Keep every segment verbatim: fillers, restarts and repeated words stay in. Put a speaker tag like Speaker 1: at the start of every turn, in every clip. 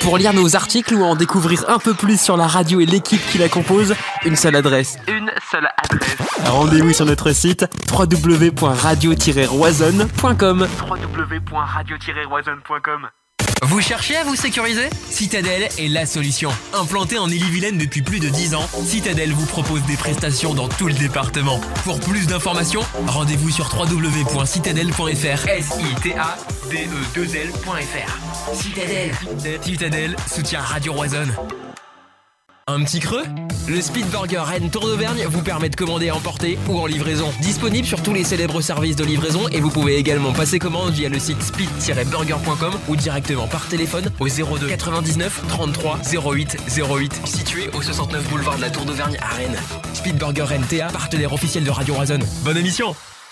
Speaker 1: Pour lire nos articles ou en découvrir un peu plus sur la radio et l'équipe qui la compose, une seule adresse.
Speaker 2: Une seule adresse.
Speaker 1: Rendez-vous sur notre site w w w point radio tiret roisonne point com.
Speaker 2: w w w point radio tiret roisonne point com.
Speaker 3: Vous cherchez à vous sécuriser ? Citadel est la solution. Implanté en Ille-et-Vilaine depuis plus de dix ans, Citadel vous propose des prestations dans tout le département. Pour plus d'informations, rendez-vous sur w w w point citadel point f r. S I T A D E deux L point f r. Citadel. Citadel soutient Radio Roisonne. Un petit creux ? Le Speed Burger Rennes Tour d'Auvergne vous permet de commander à emporter ou en livraison. Disponible sur tous les célèbres services de livraison et vous pouvez également passer commande via le site speed tiret burger point com ou directement par téléphone au zéro deux quatre-vingt-dix-neuf trente-trois zéro huit zéro huit, situé au soixante-neuf boulevard de la Tour d'Auvergne à Rennes. Speed Burger Rennes T A, partenaire officiel de Radio Roisonne. Bonne émission.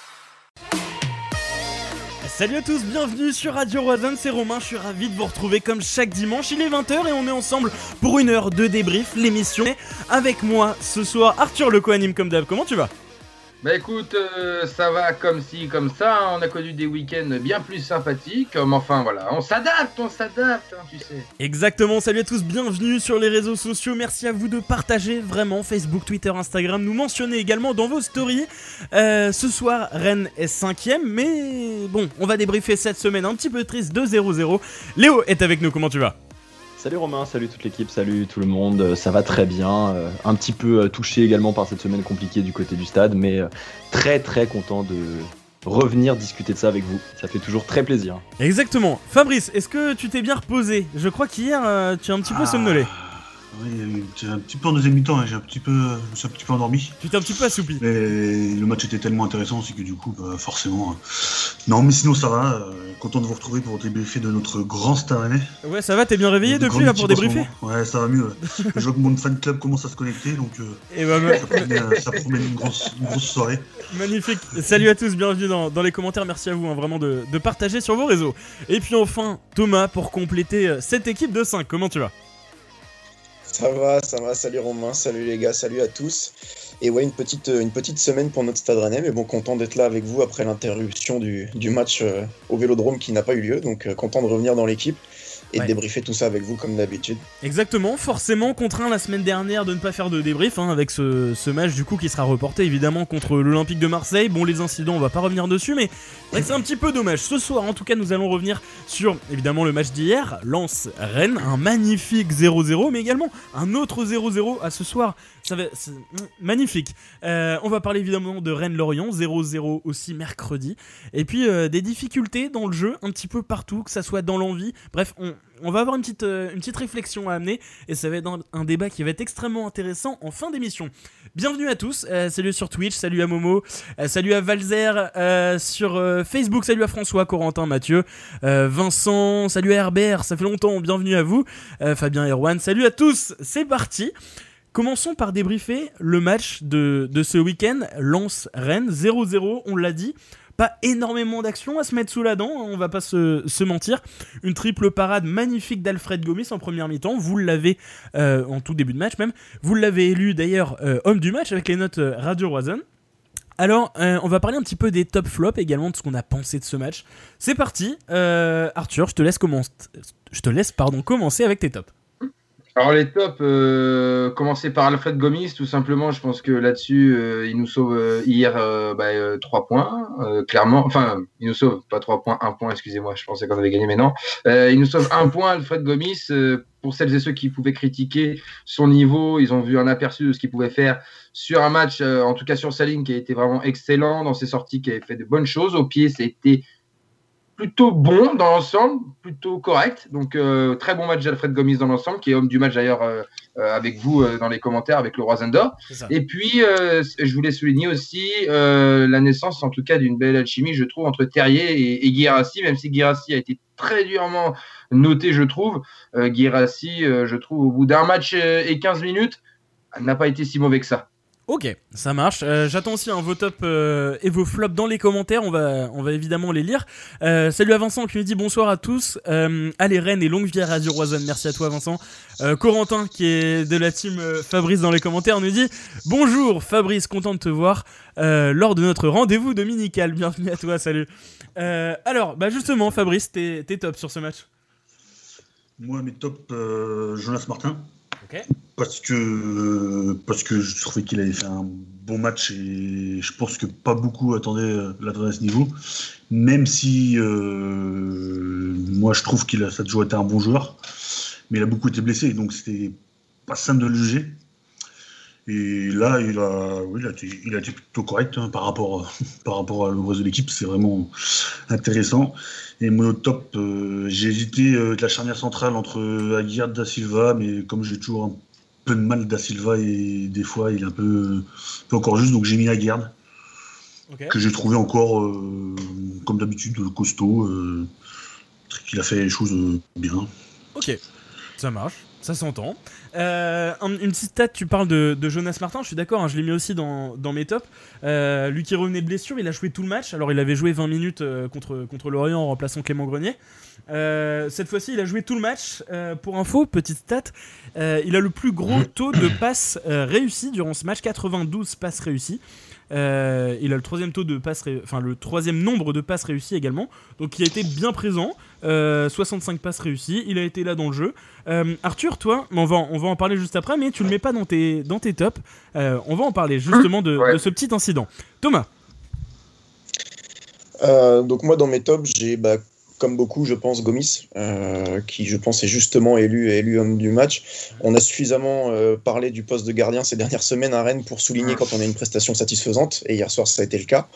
Speaker 4: Salut à tous, bienvenue sur Radio Roisonne, c'est Romain, je suis ravi de vous retrouver comme chaque dimanche, il est vingt heures et on est ensemble pour une heure de débrief, l'émission. Avec moi ce soir, Arthur le co-anime comme d'hab, comment tu vas ?
Speaker 5: Bah écoute, euh, ça va comme ci, comme ça, on a connu des week-ends bien plus sympathiques, mais enfin voilà, on s'adapte, on s'adapte, hein, tu sais.
Speaker 4: Exactement, salut à tous, bienvenue sur les réseaux sociaux, merci à vous de partager vraiment Facebook, Twitter, Instagram, nous mentionner également dans vos stories. Euh, ce soir, Rennes est cinquième, mais bon, on va débriefer cette semaine un petit peu triste de zéro zéro. Léo est avec nous, comment tu vas ?
Speaker 6: Salut Romain, salut toute l'équipe, salut tout le monde, ça va très bien, euh, un petit peu euh, touché également par cette semaine compliquée du côté du stade, mais euh, très très content de revenir discuter de ça avec vous, ça fait toujours très plaisir.
Speaker 4: Exactement. Fabrice, est-ce que tu t'es bien reposé ? Je crois qu'hier euh, tu es un petit peu ah, somnolé.
Speaker 7: Oui, j'ai un petit peu en deuxième mi-temps, hein, j'ai un petit peu, je me suis un petit peu endormi.
Speaker 4: Tu t'es un petit peu assoupi.
Speaker 7: Mais le match était tellement intéressant aussi que du coup, bah, forcément... Euh... Non mais sinon ça va, euh, content de vous retrouver pour débriefer de notre grand Stade Rennais.
Speaker 4: Ouais ça va, t'es bien réveillé depuis là pour débriefer ?
Speaker 7: Ouais ça va mieux, je vois que mon fan club commence à se connecter donc euh,
Speaker 4: Et bah,
Speaker 7: ça, promet, euh, ça promet une grosse, une grosse soirée.
Speaker 4: Magnifique, salut à tous, bienvenue dans, dans les commentaires, merci à vous hein, vraiment de, de partager sur vos réseaux. Et puis enfin Thomas pour compléter euh, cette équipe de cinq, comment tu vas ?
Speaker 8: Ça va, ça va, salut Romain, salut les gars, salut à tous. Et ouais, une petite, une petite semaine pour notre Stade Rennais, mais bon, content d'être là avec vous après l'interruption du, du match euh, au Vélodrome qui n'a pas eu lieu, donc euh, content de revenir dans l'équipe et ouais. de débriefer tout ça avec vous comme d'habitude.
Speaker 4: Exactement, forcément contraint la semaine dernière de ne pas faire de débrief hein, avec ce, ce match du coup qui sera reporté évidemment contre l'Olympique de Marseille. Bon, les incidents on va pas revenir dessus, mais c'est, c'est un petit peu dommage. Ce soir en tout cas nous allons revenir sur évidemment le match d'hier, Lens-Rennes, un magnifique zéro zéro, mais également un autre zéro zéro à ce soir. Ça va, c'est magnifique. Euh, on va parler évidemment de Rennes-Lorient, zéro zéro aussi mercredi. Et puis euh, des difficultés dans le jeu, un petit peu partout, que ça soit dans l'envie. Bref, on, on va avoir une petite, euh, une petite réflexion à amener. Et ça va être un, un débat qui va être extrêmement intéressant en fin d'émission. Bienvenue à tous. Euh, salut sur Twitch, salut à Momo, euh, salut à Valzer euh, sur euh, Facebook, salut à François, Corentin, Mathieu, euh, Vincent, salut à Herbert, ça fait longtemps, bienvenue à vous. Euh, Fabien, Erwan, salut à tous. C'est parti. Commençons par débriefer le match de, de ce week-end, Lens-Rennes, zéro zéro, on l'a dit, pas énormément d'action à se mettre sous la dent, on va pas se, se mentir, une triple parade magnifique d'Alfred Gomis en première mi-temps, vous l'avez, euh, en tout début de match même, vous l'avez élu d'ailleurs euh, homme du match avec les notes euh, Radio Roisonne. Alors, euh, on va parler un petit peu des top flops également, de ce qu'on a pensé de ce match. C'est parti, euh, Arthur, je te laisse, commence, je te laisse pardon, commencer avec tes tops.
Speaker 5: Alors les tops, euh, commencer par Alfred Gomis, tout simplement, je pense que là-dessus, euh, il nous sauve euh, hier euh, bah, euh, trois points, euh, clairement, enfin, il nous sauve, pas trois points, un point, excusez-moi, je pensais qu'on avait gagné, mais non, euh, il nous sauve un point, Alfred Gomis, euh, pour celles et ceux qui pouvaient critiquer son niveau, ils ont vu un aperçu de ce qu'il pouvait faire sur un match, euh, en tout cas sur sa ligne, qui a été vraiment excellent, dans ses sorties, qui avait fait de bonnes choses, au pied, ça a été plutôt bon dans l'ensemble, plutôt correct. Donc, euh, très bon match d'Alfred Gomis dans l'ensemble, qui est homme du match d'ailleurs euh, euh, avec vous euh, dans les commentaires, avec le Roisonne d'Or. Et puis, euh, je voulais souligner aussi euh, la naissance, en tout cas, d'une belle alchimie, je trouve, entre Terrier et, et Guirassy, même si Guirassy a été très durement noté, je trouve. Euh, Guirassy, euh, je trouve, au bout d'un match euh, et quinze minutes, n'a pas été si mauvais que ça.
Speaker 4: Ok, ça marche. Euh, j'attends aussi hein, vos tops euh, et vos flops dans les commentaires. On va, on va évidemment les lire. Euh, salut à Vincent qui nous dit bonsoir à tous. Euh, allez Rennes et longue vie à Radio Roisonne. Merci à toi Vincent. Euh, Corentin qui est de la team euh, Fabrice dans les commentaires nous dit bonjour Fabrice, content de te voir euh, lors de notre rendez-vous dominical. Bienvenue à toi, salut. Euh, alors, bah justement Fabrice, tes, tes tops sur ce match.
Speaker 7: Moi, mes tops, euh, Jonas Martin.
Speaker 4: Ok.
Speaker 7: Parce que, parce que je trouvais qu'il avait fait un bon match et je pense que pas beaucoup attendaient l'adresse à ce niveau. Même si euh, moi je trouve qu'il a, ça a toujours été un bon joueur, mais il a beaucoup été blessé, donc c'était pas simple de le juger. Et là, il a, oui, il a, été, il a été plutôt correct hein, par rapport, par rapport au reste de l'équipe. C'est vraiment intéressant. Et mon autre top, euh, j'ai hésité euh, avec la charnière centrale entre Aguirre et Da Silva, mais comme j'ai toujours un peu de mal Da Silva et des fois il est un peu, un peu encore juste, donc j'ai mis Aguirre, okay. Que j'ai trouvé encore, euh, comme d'habitude, costaud, euh, qu'il a fait les choses euh, bien.
Speaker 4: Ok, ça marche. Ça s'entend. Euh, une petite stat, tu parles de, de Jonas Martin, je suis d'accord, hein, je l'ai mis aussi dans, dans mes tops. Euh, lui qui revenait de blessure, il a joué tout le match. Alors il avait joué vingt minutes euh, contre, contre Lorient en remplaçant Clément Grenier. Euh, cette fois-ci, il a joué tout le match. Euh, pour info, petite stat, euh, il a le plus gros taux de passes euh, réussies durant ce match, quatre-vingt-douze passes réussies. Euh, il a le troisième taux de passes, ré... enfin le troisième nombre de passes réussies également. Donc il a été bien présent. Euh, soixante-cinq passes réussies. Il a été là dans le jeu. Euh, Arthur, toi, on va on va en parler juste après, mais tu le mets pas dans tes dans tes tops. Euh, on va en parler justement de, ouais. de ce petit incident. Thomas.
Speaker 8: Euh, donc moi dans mes tops, j'ai bah, comme beaucoup, je pense, Gomis, euh, qui, je pense, est justement élu, élu homme du match. On a suffisamment euh, parlé du poste de gardien ces dernières semaines à Rennes pour souligner quand on a une prestation satisfaisante, et hier soir, ça a été le cas.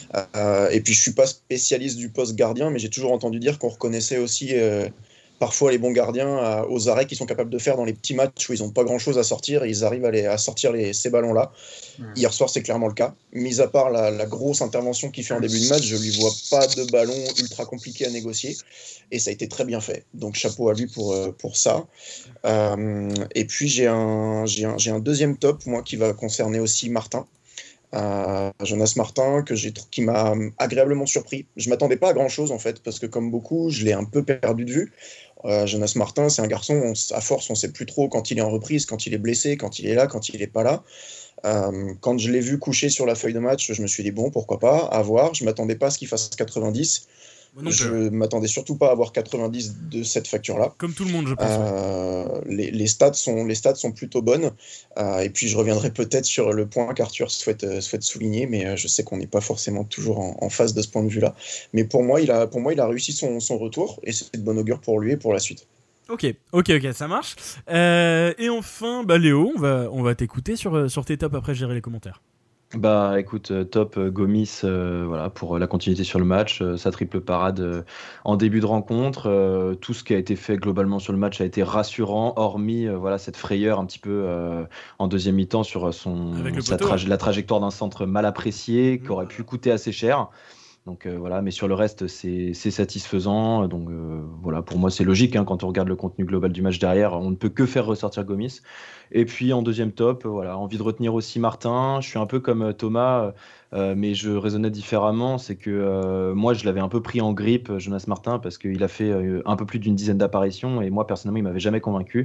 Speaker 8: Euh, et puis, je ne suis pas spécialiste du poste gardien, mais j'ai toujours entendu dire qu'on reconnaissait aussi euh, parfois les bons gardiens à, aux arrêts qu'ils sont capables de faire dans les petits matchs où ils n'ont pas grand-chose à sortir, et ils arrivent à, les, à sortir les, ces ballons-là. Mmh. Hier soir, c'est clairement le cas. Mis à part la, la grosse intervention qu'il fait en début de match, je ne lui vois pas de ballon ultra compliqué à négocier. Et ça a été très bien fait. Donc, chapeau à lui pour, pour ça. Euh, et puis, j'ai un, j'ai, un, j'ai un deuxième top, moi, qui va concerner aussi Martin. Euh, Jonas Martin, que j'ai, qui m'a agréablement surpris. Je ne m'attendais pas à grand-chose, en fait, parce que comme beaucoup, je l'ai un peu perdu de vue. Euh, Jonas Martin, c'est un garçon, on, à force, on ne sait plus trop quand il est en reprise, quand il est blessé, quand il est là, quand il n'est pas là. Euh, quand je l'ai vu couché sur la feuille de match, je me suis dit bon, pourquoi pas, à voir. Je ne m'attendais pas à ce qu'il fasse quatre-vingt-dix. Non, je ne m'attendais surtout pas à avoir quatre-vingt-dix de cette facture-là.
Speaker 4: Comme tout le monde, je pense.
Speaker 8: Euh, les, les, stats sont, les stats sont plutôt bonnes. Euh, et puis, je reviendrai peut-être sur le point qu'Arthur souhaite, euh, souhaite souligner, mais euh, je sais qu'on n'est pas forcément toujours en, en phase de ce point de vue-là. Mais pour moi, il a, pour moi, il a réussi son, son retour, et c'est de bon augure pour lui et pour la suite.
Speaker 4: Ok, ok, ok, ça marche. Euh, et enfin, bah Léo, on va, on va t'écouter sur, sur tes tops, après gérer les commentaires.
Speaker 6: Bah écoute, euh, top euh, Gomis, euh, voilà, pour euh, la continuité sur le match, euh, sa triple parade euh, en début de rencontre, euh, tout ce qui a été fait globalement sur le match a été rassurant, hormis euh, voilà cette frayeur un petit peu euh, en deuxième mi-temps sur son sa tra- la trajectoire d'un centre mal apprécié, mmh. qui aurait pu coûter assez cher. Donc euh, voilà, mais sur le reste, c'est, c'est satisfaisant. Donc euh, voilà, pour moi, c'est logique. Hein, quand on regarde le contenu global du match derrière, on ne peut que faire ressortir Gomis. Et puis en deuxième top, voilà, envie de retenir aussi Martin. Je suis un peu comme Thomas, euh, mais je raisonnais différemment. C'est que euh, moi, je l'avais un peu pris en grippe, Jonas Martin, parce qu'il a fait euh, un peu plus d'une dizaine d'apparitions. Et moi, personnellement, il m'avait jamais convaincu.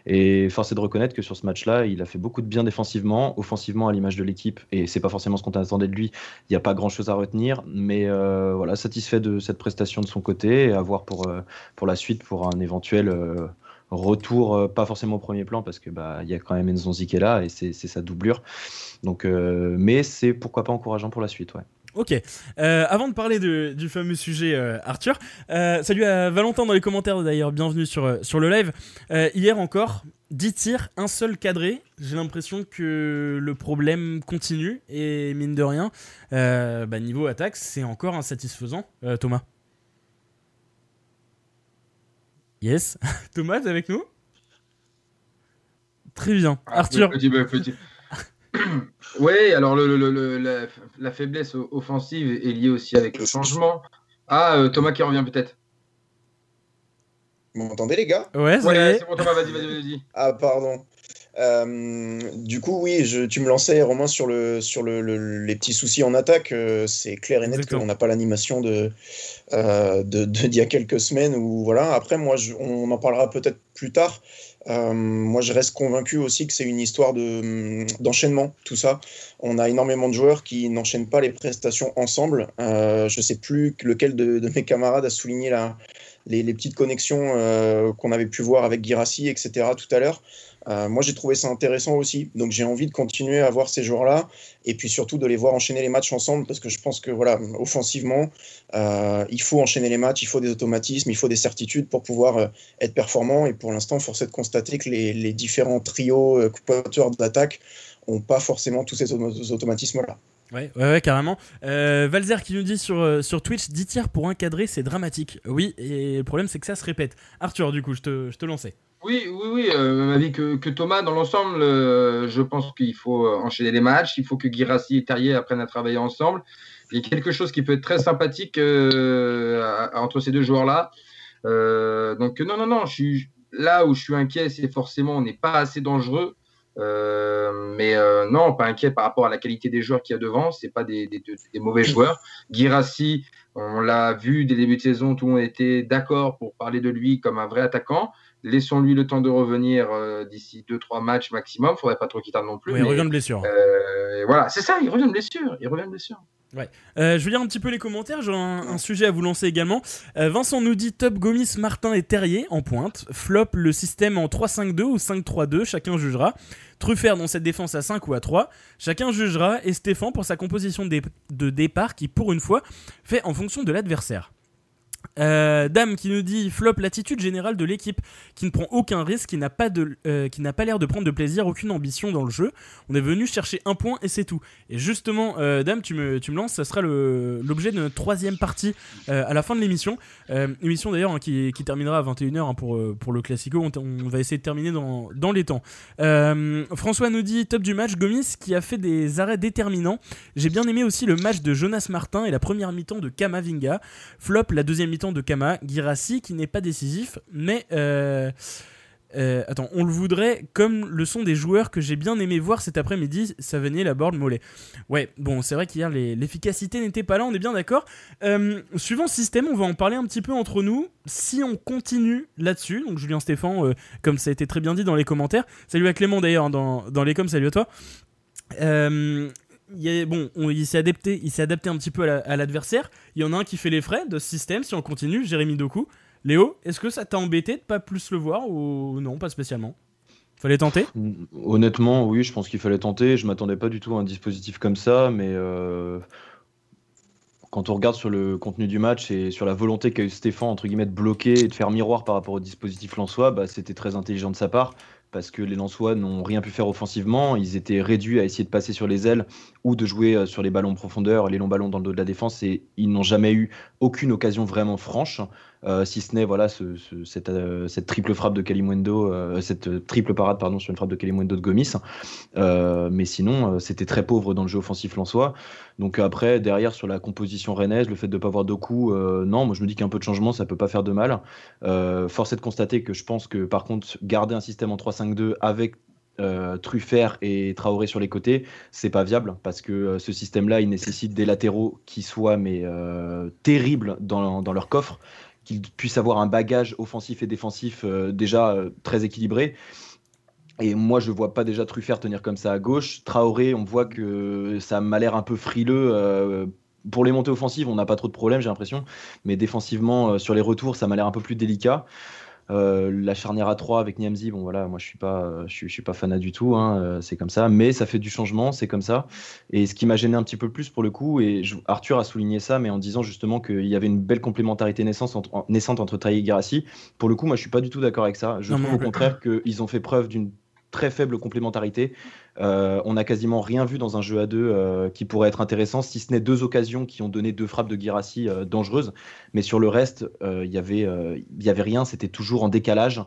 Speaker 6: Et force est de reconnaître que sur ce match-là, il a fait beaucoup de bien défensivement, offensivement à l'image de l'équipe. Et c'est pas forcément ce qu'on attendait de lui. Il n'y a pas grand-chose à retenir, mais euh, voilà, satisfait de cette prestation de son côté et à voir pour euh, pour la suite, pour un éventuel euh, retour, euh, pas forcément au premier plan, parce que bah il y a quand même Nzonzi qui est là et c'est c'est sa doublure. Donc, euh, mais c'est pourquoi pas encourageant pour la suite, ouais.
Speaker 4: Ok, euh, avant de parler de, du fameux sujet euh, Arthur, euh, salut à Valentin dans les commentaires d'ailleurs, bienvenue sur, sur le live. Euh, hier encore, dix tirs, un seul cadré, j'ai l'impression que le problème continue et mine de rien, euh, bah, niveau attaque c'est encore insatisfaisant. euh, Thomas. Yes, Thomas t'es avec nous? Très bien, ah, Arthur.
Speaker 5: Petit, petit. Oui, alors le, le, le, la, la faiblesse offensive est liée aussi avec le changement. Ah, euh, Thomas qui revient peut-être.
Speaker 8: Vous m'entendez les gars?
Speaker 4: Ouais, ça
Speaker 5: ouais c'est bon Thomas, vas-y, vas-y, vas-y.
Speaker 8: Ah, pardon. Euh, du coup, oui, je, tu me lançais, Romain, sur, le, sur le, le, les petits soucis en attaque. Euh, c'est clair et net Exactement. Qu'on n'a pas l'animation de, euh, de, de, d'il y a quelques semaines. Où, voilà. Après, moi, je, on en parlera peut-être plus tard. Euh, moi, je reste convaincu aussi que c'est une histoire de, d'enchaînement, tout ça. On a énormément de joueurs qui n'enchaînent pas les prestations ensemble. Euh, je ne sais plus lequel de, de mes camarades a souligné la, les, les petites connexions euh, qu'on avait pu voir avec Guirassy, et cetera tout à l'heure. Euh, moi, j'ai trouvé ça intéressant aussi. Donc, j'ai envie de continuer à voir ces joueurs-là et puis surtout de les voir enchaîner les matchs ensemble parce que je pense que, voilà, offensivement, euh, il faut enchaîner les matchs, il faut des automatismes, il faut des certitudes pour pouvoir euh, être performant. Et pour l'instant, force est de constater que les, les différents trios euh, porteurs d'attaque n'ont pas forcément tous ces automatismes-là.
Speaker 4: Ouais, ouais, ouais, carrément. Euh, Valzer qui nous dit sur, euh, sur Twitch, dix tirs pour un cadré, c'est dramatique. Oui, et le problème, c'est que ça se répète. Arthur, du coup, je te, je te lançais.
Speaker 5: Oui, oui, oui, euh, même avis que, que Thomas. Dans l'ensemble, euh, je pense qu'il faut enchaîner les matchs. Il faut que Guirassy et Terrier apprennent à travailler ensemble. Il y a quelque chose qui peut être très sympathique euh, à, entre ces deux joueurs-là. Euh, donc, non, non, non. Je suis, là où je suis inquiet, c'est forcément on n'est pas assez dangereux. Euh, mais euh, non, pas inquiet par rapport à la qualité des joueurs qu'il y a devant. C'est pas des, des, des mauvais joueurs. Guirassy, on l'a vu dès le début de saison, tout le monde était d'accord pour parler de lui comme un vrai attaquant. Laissons-lui le temps de revenir euh, d'ici deux trois matchs maximum. Faudrait pas trop qu'il tarde non plus.
Speaker 4: Oui,
Speaker 5: mais,
Speaker 4: il revient de blessure.
Speaker 5: Euh, voilà, c'est ça, il revient de blessure. Il revient de blessure.
Speaker 4: Ouais. Euh, je vais lire un petit peu les commentaires, j'ai un, un sujet à vous lancer également. Euh, Vincent nous dit top Gomis, Martin et Terrier en pointe. Flop le système en trois cinq deux ou cinq trois deux, chacun jugera. Truffert dans cette défense à cinq ou à trois, chacun jugera. Et Stéphane pour sa composition de, dé- de départ qui pour une fois fait en fonction de l'adversaire. Euh, Dame qui nous dit flop l'attitude générale de l'équipe qui ne prend aucun risque, qui n'a pas de, euh, qui n'a pas l'air de prendre de plaisir, aucune ambition dans le jeu. On est venu chercher un point et c'est tout. Et justement, euh, Dame, tu me, tu me lances, ça sera le, l'objet de notre troisième partie euh, à la fin de l'émission. Euh, émission d'ailleurs hein, qui, qui terminera à vingt et une heures hein, pour, pour le Classico. On, on va essayer de terminer dans, dans les temps. Euh, François nous dit top du match, Gomis qui a fait des arrêts déterminants. J'ai bien aimé aussi le match de Jonas Martin et la première mi-temps de Kamavinga. Flop la deuxième mi-temps de Kama, Guirassy qui n'est pas décisif, mais euh, euh, attends, on le voudrait comme le sont des joueurs que j'ai bien aimé voir cet après-midi, Savanier, Laborde, Mollet. Ouais, bon, c'est vrai qu'hier les, l'efficacité n'était pas là, on est bien d'accord. Euh, suivant ce système, on va en parler un petit peu entre nous. Si on continue là-dessus, donc Julien Stéphane, euh, comme ça a été très bien dit dans les commentaires, salut à Clément d'ailleurs hein, dans, dans les coms, salut à toi. Euh, Il, y a, bon, on, il, s'est adapté, il s'est adapté un petit peu à, la, à l'adversaire. Il y en a un qui fait les frais de ce système. Si on continue, Jérémy Doku. Léo, est-ce que ça t'a embêté de pas plus le voir ou non, pas spécialement? Fallait tenter?
Speaker 6: Honnêtement, oui, je pense qu'il fallait tenter. Je m'attendais pas du tout à un dispositif comme ça, mais euh, quand on regarde sur le contenu du match et sur la volonté qu'a eu Stéphane entre guillemets de bloquer et de faire miroir par rapport au dispositif lensois, bah, c'était très intelligent de sa part. Parce que les Lensois n'ont rien pu faire offensivement, ils étaient réduits à essayer de passer sur les ailes ou de jouer sur les ballons profondeur, les longs ballons dans le dos de la défense, et ils n'ont jamais eu aucune occasion vraiment franche, euh, si ce n'est voilà, ce, ce, cette, euh, cette triple frappe de Kalimundo, euh, cette triple parade pardon, sur une frappe de Kalimundo de Gomis, euh, mais sinon euh, c'était très pauvre dans le jeu offensif lensois. Donc après, derrière sur la composition rennaise, le fait de ne pas avoir Doku, euh, non, moi je me dis qu'un peu de changement ça peut pas faire de mal. Euh, force est de constater que je pense que par contre garder un système en trois cinq deux avec euh, Truffert et Traoré sur les côtés, c'est pas viable parce que euh, ce système-là il nécessite des latéraux qui soient mais euh, terribles dans, dans leur coffre, qu'ils puissent avoir un bagage offensif et défensif euh, déjà euh, très équilibré. Et moi, je vois pas déjà Truffert tenir comme ça à gauche. Traoré, on voit que ça m'a l'air un peu frileux. Euh, pour les montées offensives, on n'a pas trop de problèmes, j'ai l'impression. Mais défensivement, euh, sur les retours, ça m'a l'air un peu plus délicat. Euh, la charnière à trois avec Niamzi, bon voilà, moi je suis pas, euh, je suis, je suis pas fanat du tout, hein, euh, c'est comme ça. Mais ça fait du changement, c'est comme ça. Et ce qui m'a gêné un petit peu plus pour le coup, et je, Arthur a souligné ça, mais en disant justement qu'il y avait une belle complémentarité naissante entre, en, naissante entre Terrier et Guirassy. Pour le coup, moi je suis pas du tout d'accord avec ça. Je non, trouve au contraire qu'ils ont fait preuve d'une très faible complémentarité. Euh, on n'a quasiment rien vu dans un jeu à deux euh, qui pourrait être intéressant, si ce n'est deux occasions qui ont donné deux frappes de Guirassy euh, dangereuses. Mais sur le reste, il euh, y avait, euh, y avait rien, c'était toujours en décalage.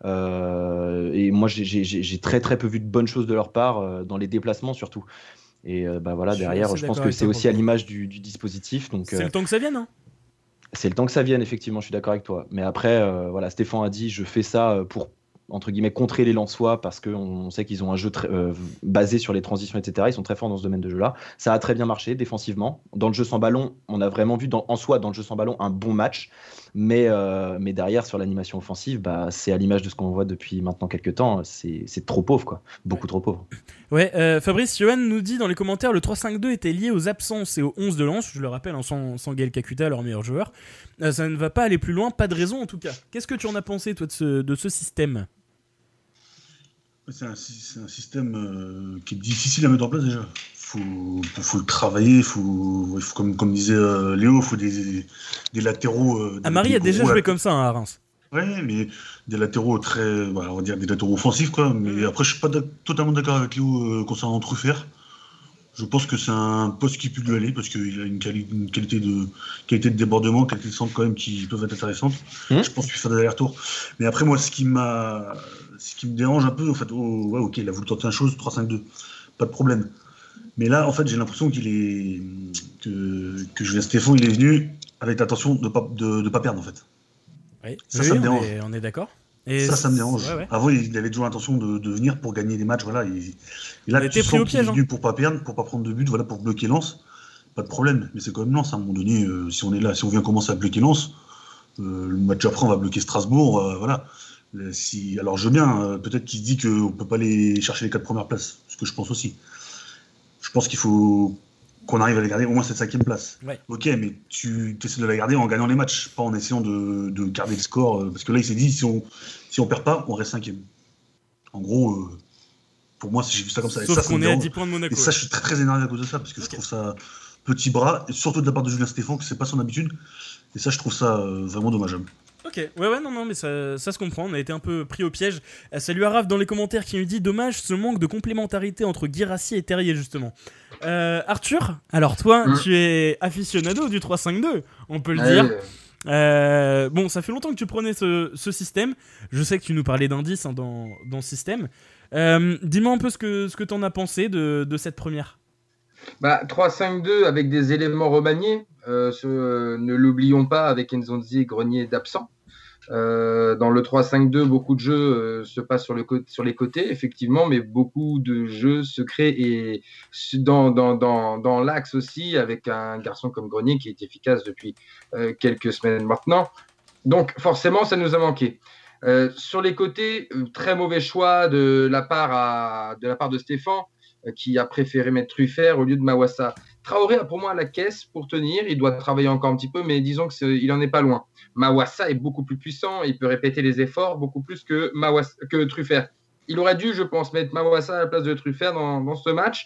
Speaker 6: Euh, et moi, j'ai, j'ai, j'ai très très peu vu de bonnes choses de leur part, euh, dans les déplacements surtout. Et euh, bah, voilà, derrière, je pense que c'est aussi à l'image du, du dispositif. Donc,
Speaker 4: c'est
Speaker 6: euh,
Speaker 4: le temps que ça vienne, hein.
Speaker 6: C'est le temps que ça vienne, effectivement, je suis d'accord avec toi. Mais après, euh, voilà, Stéphane a dit, je fais ça pour entre guillemets contrer les Lensois parce qu'on sait qu'ils ont un jeu très, euh, basé sur les transitions, et cetera. Ils sont très forts dans ce domaine de jeu-là. Ça a très bien marché défensivement. Dans le jeu sans ballon, on a vraiment vu dans, en soi, dans le jeu sans ballon, un bon match. Mais, euh, mais derrière, sur l'animation offensive, bah, c'est à l'image de ce qu'on voit depuis maintenant quelques temps, c'est, c'est trop pauvre, quoi. Beaucoup trop pauvre.
Speaker 4: Ouais, euh, Fabrice Johan nous dit dans les commentaires le trois cinq deux était lié aux absences et aux onze de Lens, je le rappelle, hein, sans, sans Gaël Kakuta, leur meilleur joueur. Euh, ça ne va pas aller plus loin, pas de raison en tout cas. Qu'est-ce que tu en as pensé, toi, de ce, de ce système ?
Speaker 7: C'est un, c'est un système euh, qui est difficile à mettre en place déjà. Il faut, faut le travailler, faut, faut, comme, comme disait euh, Léo, il faut des, des latéraux. Euh, des,
Speaker 4: Amari
Speaker 7: des
Speaker 4: a déjà joué comme ça hein, à Reims.
Speaker 7: Ouais, mais des latéraux très. Voilà, on va dire des latéraux offensifs, quoi. Mais mmh. après, je suis pas totalement d'accord avec Léo euh, concernant Truffert. Je pense que c'est un poste qui peut lui aller parce qu'il a une, quali- une qualité, de, qualité de débordement, qualité de centre quand même qui peuvent être intéressantes. Mmh. Je pense qu'il fait des allers-retours. Mais après, moi, ce qui, m'a, ce qui me dérange un peu, en fait, oh, ouais, ok, il a voulu tenter une chose, trois cinq deux, pas de problème. Mais là, en fait, j'ai l'impression qu'il est que, que Julien Stéphan, il est venu avec l'intention de pas de, de pas perdre, en fait.
Speaker 4: Oui,
Speaker 7: ça,
Speaker 4: oui,
Speaker 7: ça me
Speaker 4: on
Speaker 7: dérange.
Speaker 4: Est, on est d'accord.
Speaker 7: Et ça, ça me dérange. Ouais, ouais. Avant, il avait toujours l'intention de, de venir pour gagner des matchs. Voilà. Et, et là, tu sens qu'il est venu hein. pour pas perdre, pour pas prendre de but, voilà, pour bloquer Lens. Pas de problème. Mais c'est quand même Lens. À un moment donné, euh, si on est là, si on vient commencer à bloquer Lens, euh, le match après, on va bloquer Strasbourg. Euh, voilà. Si, alors, je veux bien. Euh, peut-être qu'il se dit qu'on peut pas aller chercher les quatre premières places. Ce que je pense aussi. Je pense qu'il faut qu'on arrive à les garder au moins cette cinquième place.
Speaker 4: Ouais.
Speaker 7: Ok, mais tu essaies de la garder en gagnant les matchs, pas en essayant de, de garder le score. Parce que là, il s'est dit, si on si on perd pas, on reste cinquième. En gros, euh, pour moi, j'ai vu ça comme ça.
Speaker 4: Sauf
Speaker 7: et ça,
Speaker 4: qu'on
Speaker 7: ça
Speaker 4: est à dix points de Monaco.
Speaker 7: Et ça, je suis très, très énervé à cause de ça, parce que okay. je trouve ça petit bras, et surtout de la part de Julien Stéphan, que c'est pas son habitude. Et ça, je trouve ça euh, vraiment dommageable.
Speaker 4: Ok, ouais, ouais, non, non, mais ça, ça se comprend. On a été un peu pris au piège. Euh, salut à Raph dans les commentaires qui nous dit dommage ce manque de complémentarité entre Guirassy et Terrier, justement. Euh, Arthur, alors toi, mmh. tu es aficionado du trois cinq deux, on peut le ouais, dire. Euh, bon, ça fait longtemps que tu prenais ce, ce système. Je sais que tu nous parlais d'indices hein, dans, dans ce système. Euh, dis-moi un peu ce que, ce que tu en as pensé de, de cette première.
Speaker 5: Bah, trois cinq deux avec des éléments remaniés. Euh, ce, euh, ne l'oublions pas, avec Nzonzi et Grenier d'absents. Euh, dans le trois cinq deux, beaucoup de jeux euh, se passent sur, le co- sur les côtés, effectivement, mais beaucoup de jeux se créent et dans, dans, dans, dans l'axe aussi, avec un garçon comme Grenier qui est efficace depuis euh, quelques semaines maintenant. Donc, forcément, ça nous a manqué. Euh, sur les côtés, euh, très mauvais choix de la part, à, de, la part de Stéphan, euh, qui a préféré mettre Truffert au lieu de Mawassa. Traoré a pour moi la caisse pour tenir, il doit travailler encore un petit peu, mais disons qu'il en est pas loin. Mawassa est beaucoup plus puissant, il peut répéter les efforts beaucoup plus que, Mawassa, que Truffert. Il aurait dû, je pense, mettre Mawassa à la place de Truffert dans, dans ce match.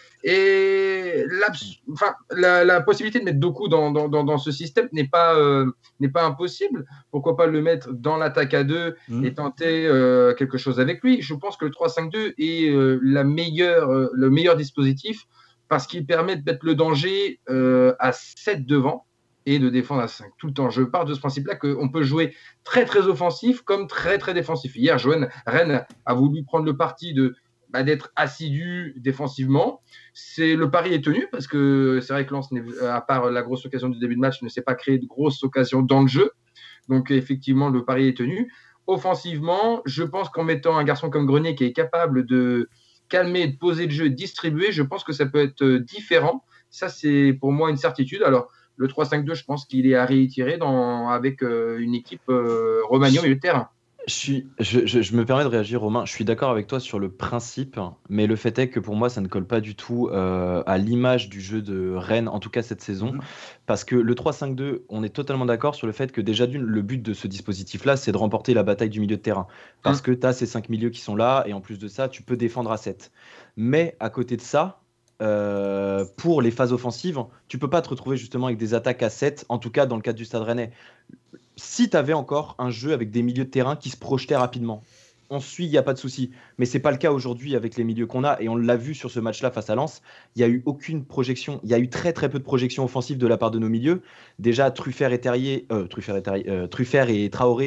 Speaker 5: Et enfin, la, la possibilité de mettre Doku dans, dans, dans, dans ce système n'est pas, euh, n'est pas impossible. Pourquoi pas le mettre dans l'attaque à deux mmh. et tenter euh, quelque chose avec lui. Je pense que le trois cinq deux est euh, la meilleure, euh, le meilleur dispositif parce qu'il permet de mettre le danger euh, à sept devant et de défendre à cinq tout le temps. Je pars de ce principe-là qu'on peut jouer très très offensif comme très très défensif. Hier, Johan Rennes a voulu prendre le parti de Bah, d'être assidu défensivement. C'est, le pari est tenu parce que c'est vrai que Lens, à part la grosse occasion du début de match, ne s'est pas créé de grosses occasions dans le jeu. Donc effectivement, le pari est tenu. Offensivement, je pense qu'en mettant un garçon comme Grenier qui est capable de calmer, de poser le jeu, de distribuer, je pense que ça peut être différent. Ça, c'est pour moi une certitude. Alors, le trois cinq deux, je pense qu'il est à réitérer dans, avec euh, une équipe euh, remaniée au milieu de terrain.
Speaker 6: Je, suis, je, je, je me permets de réagir, Romain. Je suis d'accord avec toi sur le principe, mais le fait est que pour moi, ça ne colle pas du tout euh, à l'image du jeu de Rennes, en tout cas cette saison. Mmh. Parce que le trois cinq deux, on est totalement d'accord sur le fait que déjà d'une, le but de ce dispositif-là, c'est de remporter la bataille du milieu de terrain. Parce mmh. que tu as ces cinq milieux qui sont là, et en plus de ça, tu peux défendre à sept. Mais à côté de ça, euh, pour les phases offensives, tu peux pas te retrouver justement avec des attaques à sept, en tout cas dans le cadre du Stade Rennais. Si tu avais encore un jeu avec des milieux de terrain qui se projetaient rapidement, on suit, il n'y a pas de souci. Mais ce n'est pas le cas aujourd'hui avec les milieux qu'on a. Et on l'a vu sur ce match-là face à Lens. Il n'y a eu aucune projection. Il y a eu très très peu de projection offensive de la part de nos milieux. Déjà, Truffert et Terrier, euh, Truffert et, Terrier, euh, Truffert et Traoré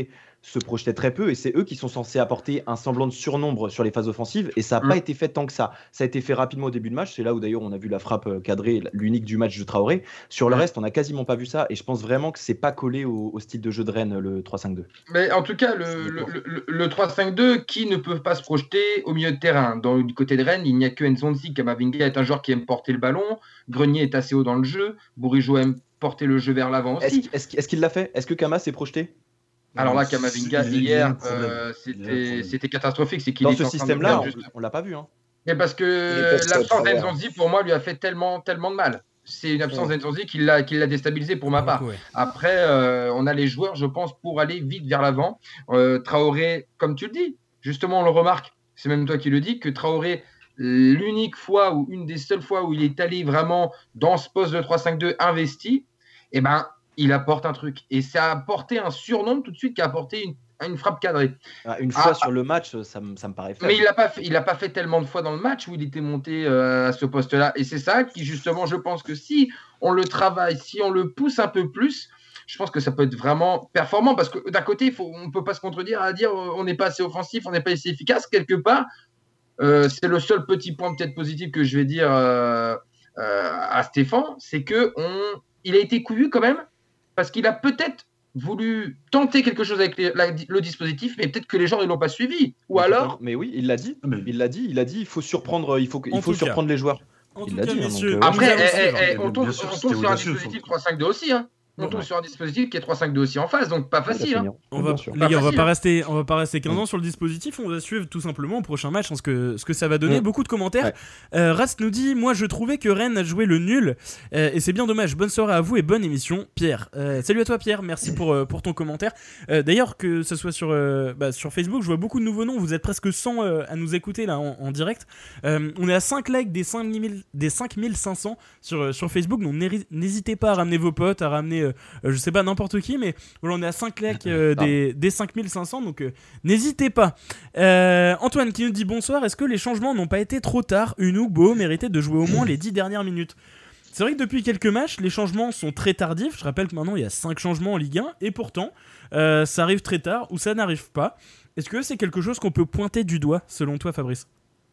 Speaker 6: se projetaient très peu et c'est eux qui sont censés apporter un semblant de surnombre sur les phases offensives et ça n'a
Speaker 5: Mm.
Speaker 6: pas été fait tant que ça. Ça a été fait rapidement au début de match, c'est là où d'ailleurs on a vu la frappe euh, cadrée, l'unique du match de Traoré. Sur le
Speaker 5: Mm.
Speaker 6: reste, on n'a quasiment pas vu ça et je pense vraiment que c'est pas collé au, au style de jeu de Rennes, le trois cinq deux.
Speaker 5: Mais en tout cas, le, le, le, le trois cinq deux, qui ne peut pas se projeter au milieu de terrain? Dans, du côté de Rennes, il n'y a que Nzonzi. Kamavinga est un joueur qui aime porter le ballon. Grenier est assez haut dans le jeu. Bourigeaud aime porter le jeu vers l'avant
Speaker 6: Est-ce,
Speaker 5: aussi.
Speaker 6: est-ce, est-ce qu'il l'a fait? Est-ce que Kama s'est projeté?
Speaker 5: Alors là, Kamavinga,
Speaker 7: Il y a eu un
Speaker 5: hier,
Speaker 7: problème.
Speaker 5: euh,
Speaker 7: Il y a eu un
Speaker 5: c'était,
Speaker 7: problème.
Speaker 5: c'était catastrophique. C'est qu'il
Speaker 6: Dans
Speaker 5: était
Speaker 6: ce
Speaker 5: en train de
Speaker 6: système-là,
Speaker 5: perdre
Speaker 6: on,
Speaker 5: juste-
Speaker 6: on l'a pas vu. Hein.
Speaker 5: Mais parce
Speaker 8: Il est
Speaker 5: que
Speaker 8: passé à
Speaker 5: l'absence
Speaker 8: travers.
Speaker 5: d'Nzonzi, pour moi, lui a fait tellement, tellement de mal. C'est une absence d'Nzonzi qui l'a, qui l'a déstabilisé pour ma part.
Speaker 4: Ouais.
Speaker 5: Après, euh, on a les joueurs, je pense, pour aller vite vers l'avant. Euh, Traoré, comme tu le dis, justement, on le remarque, c'est même toi qui le dis, que Traoré, l'unique fois ou une des seules fois où il est allé vraiment dans ce poste de trois cinq deux investi, eh ben, il apporte un truc. Et ça a apporté un surnom tout de suite qui a apporté une, une frappe cadrée.
Speaker 6: Ah, Une fois
Speaker 5: Ah,
Speaker 6: sur le match, ça, me- ça me paraît faible.
Speaker 5: Mais il l'a pas fait, il l'a pas fait tellement de fois dans le match où il était monté euh, à ce poste-là. Et c'est ça qui, justement, je pense que si on le travaille, si on le pousse un peu plus, je pense que ça peut être vraiment performant. Parce que d'un côté, il faut, on ne peut pas se contredire à dire euh, on n'est pas assez offensif, on n'est pas assez efficace. Quelque part, euh, c'est le seul petit point peut-être positif que je vais dire euh, euh, à Stéphane, c'est que on, il a été couillu quand même parce qu'il a peut-être voulu tenter quelque chose avec les- la- le dispositif, mais peut-être que les gens ne l'ont pas suivi. Ou
Speaker 6: Mais
Speaker 5: alors,
Speaker 6: totalement. Mais oui, il l'a dit.
Speaker 7: Ah, mais-
Speaker 6: Il l'a dit. Il a dit. Il faut surprendre. Il faut, que-
Speaker 4: En
Speaker 6: il faut
Speaker 4: tout cas.
Speaker 6: surprendre les joueurs.
Speaker 4: En
Speaker 6: Il
Speaker 4: tout
Speaker 6: l'a
Speaker 4: cas,
Speaker 6: dit, hein,
Speaker 4: messieurs,
Speaker 6: donc,
Speaker 4: nous
Speaker 6: euh,
Speaker 5: après,
Speaker 4: allons
Speaker 5: eh,
Speaker 4: suivre.
Speaker 5: eh, eh,
Speaker 7: Bien
Speaker 5: on tombe,
Speaker 7: sûr,
Speaker 5: on
Speaker 7: c'était
Speaker 5: tombe sur un
Speaker 7: audacieux,
Speaker 5: dispositif
Speaker 7: faut-
Speaker 5: trois cinq deux aussi. Hein. On
Speaker 4: Ouais.
Speaker 5: tombe sur un dispositif qui est trois cinq deux aussi en face, donc pas facile. Hein.
Speaker 4: On va,
Speaker 6: Bien sûr.
Speaker 4: les gars, on va
Speaker 5: facile,
Speaker 4: pas
Speaker 5: hein.
Speaker 4: rester, on va pas rester quinze ans sur le dispositif. On va suivre tout simplement au prochain match hein, ce que ce que ça va donner.
Speaker 6: Mm.
Speaker 4: Beaucoup de commentaires.
Speaker 6: Ouais.
Speaker 4: Euh, Rast nous dit, moi je trouvais que Rennes a joué le nul euh, et c'est bien dommage. Bonne soirée à vous et bonne émission, Pierre. Euh, salut à toi, Pierre. Merci pour euh, pour ton commentaire. Euh, D'ailleurs que ça soit sur euh, bah, sur Facebook, je vois beaucoup de nouveaux noms. Vous êtes presque cent euh, à nous écouter là en, en direct. Euh, on est à cinq likes des cinq mille des cinq mille cinq cents sur euh, sur Facebook. Donc n'héri- n'hésitez pas à ramener vos potes, à ramener euh, euh, je sais pas n'importe qui, mais voilà, on est à cinq likes euh, des, des cinq mille cinq cents, donc euh, n'hésitez pas. Euh, Antoine qui nous dit bonsoir, est-ce que les changements n'ont pas été trop tard? Unouk, Bo méritait de jouer au moins les dix dernières minutes. C'est vrai que depuis quelques matchs, les changements sont très tardifs. Je rappelle que maintenant il y a cinq changements en Ligue un, et pourtant euh, ça arrive très tard ou ça n'arrive pas. Est-ce que c'est quelque chose qu'on peut pointer du doigt, selon toi, Fabrice?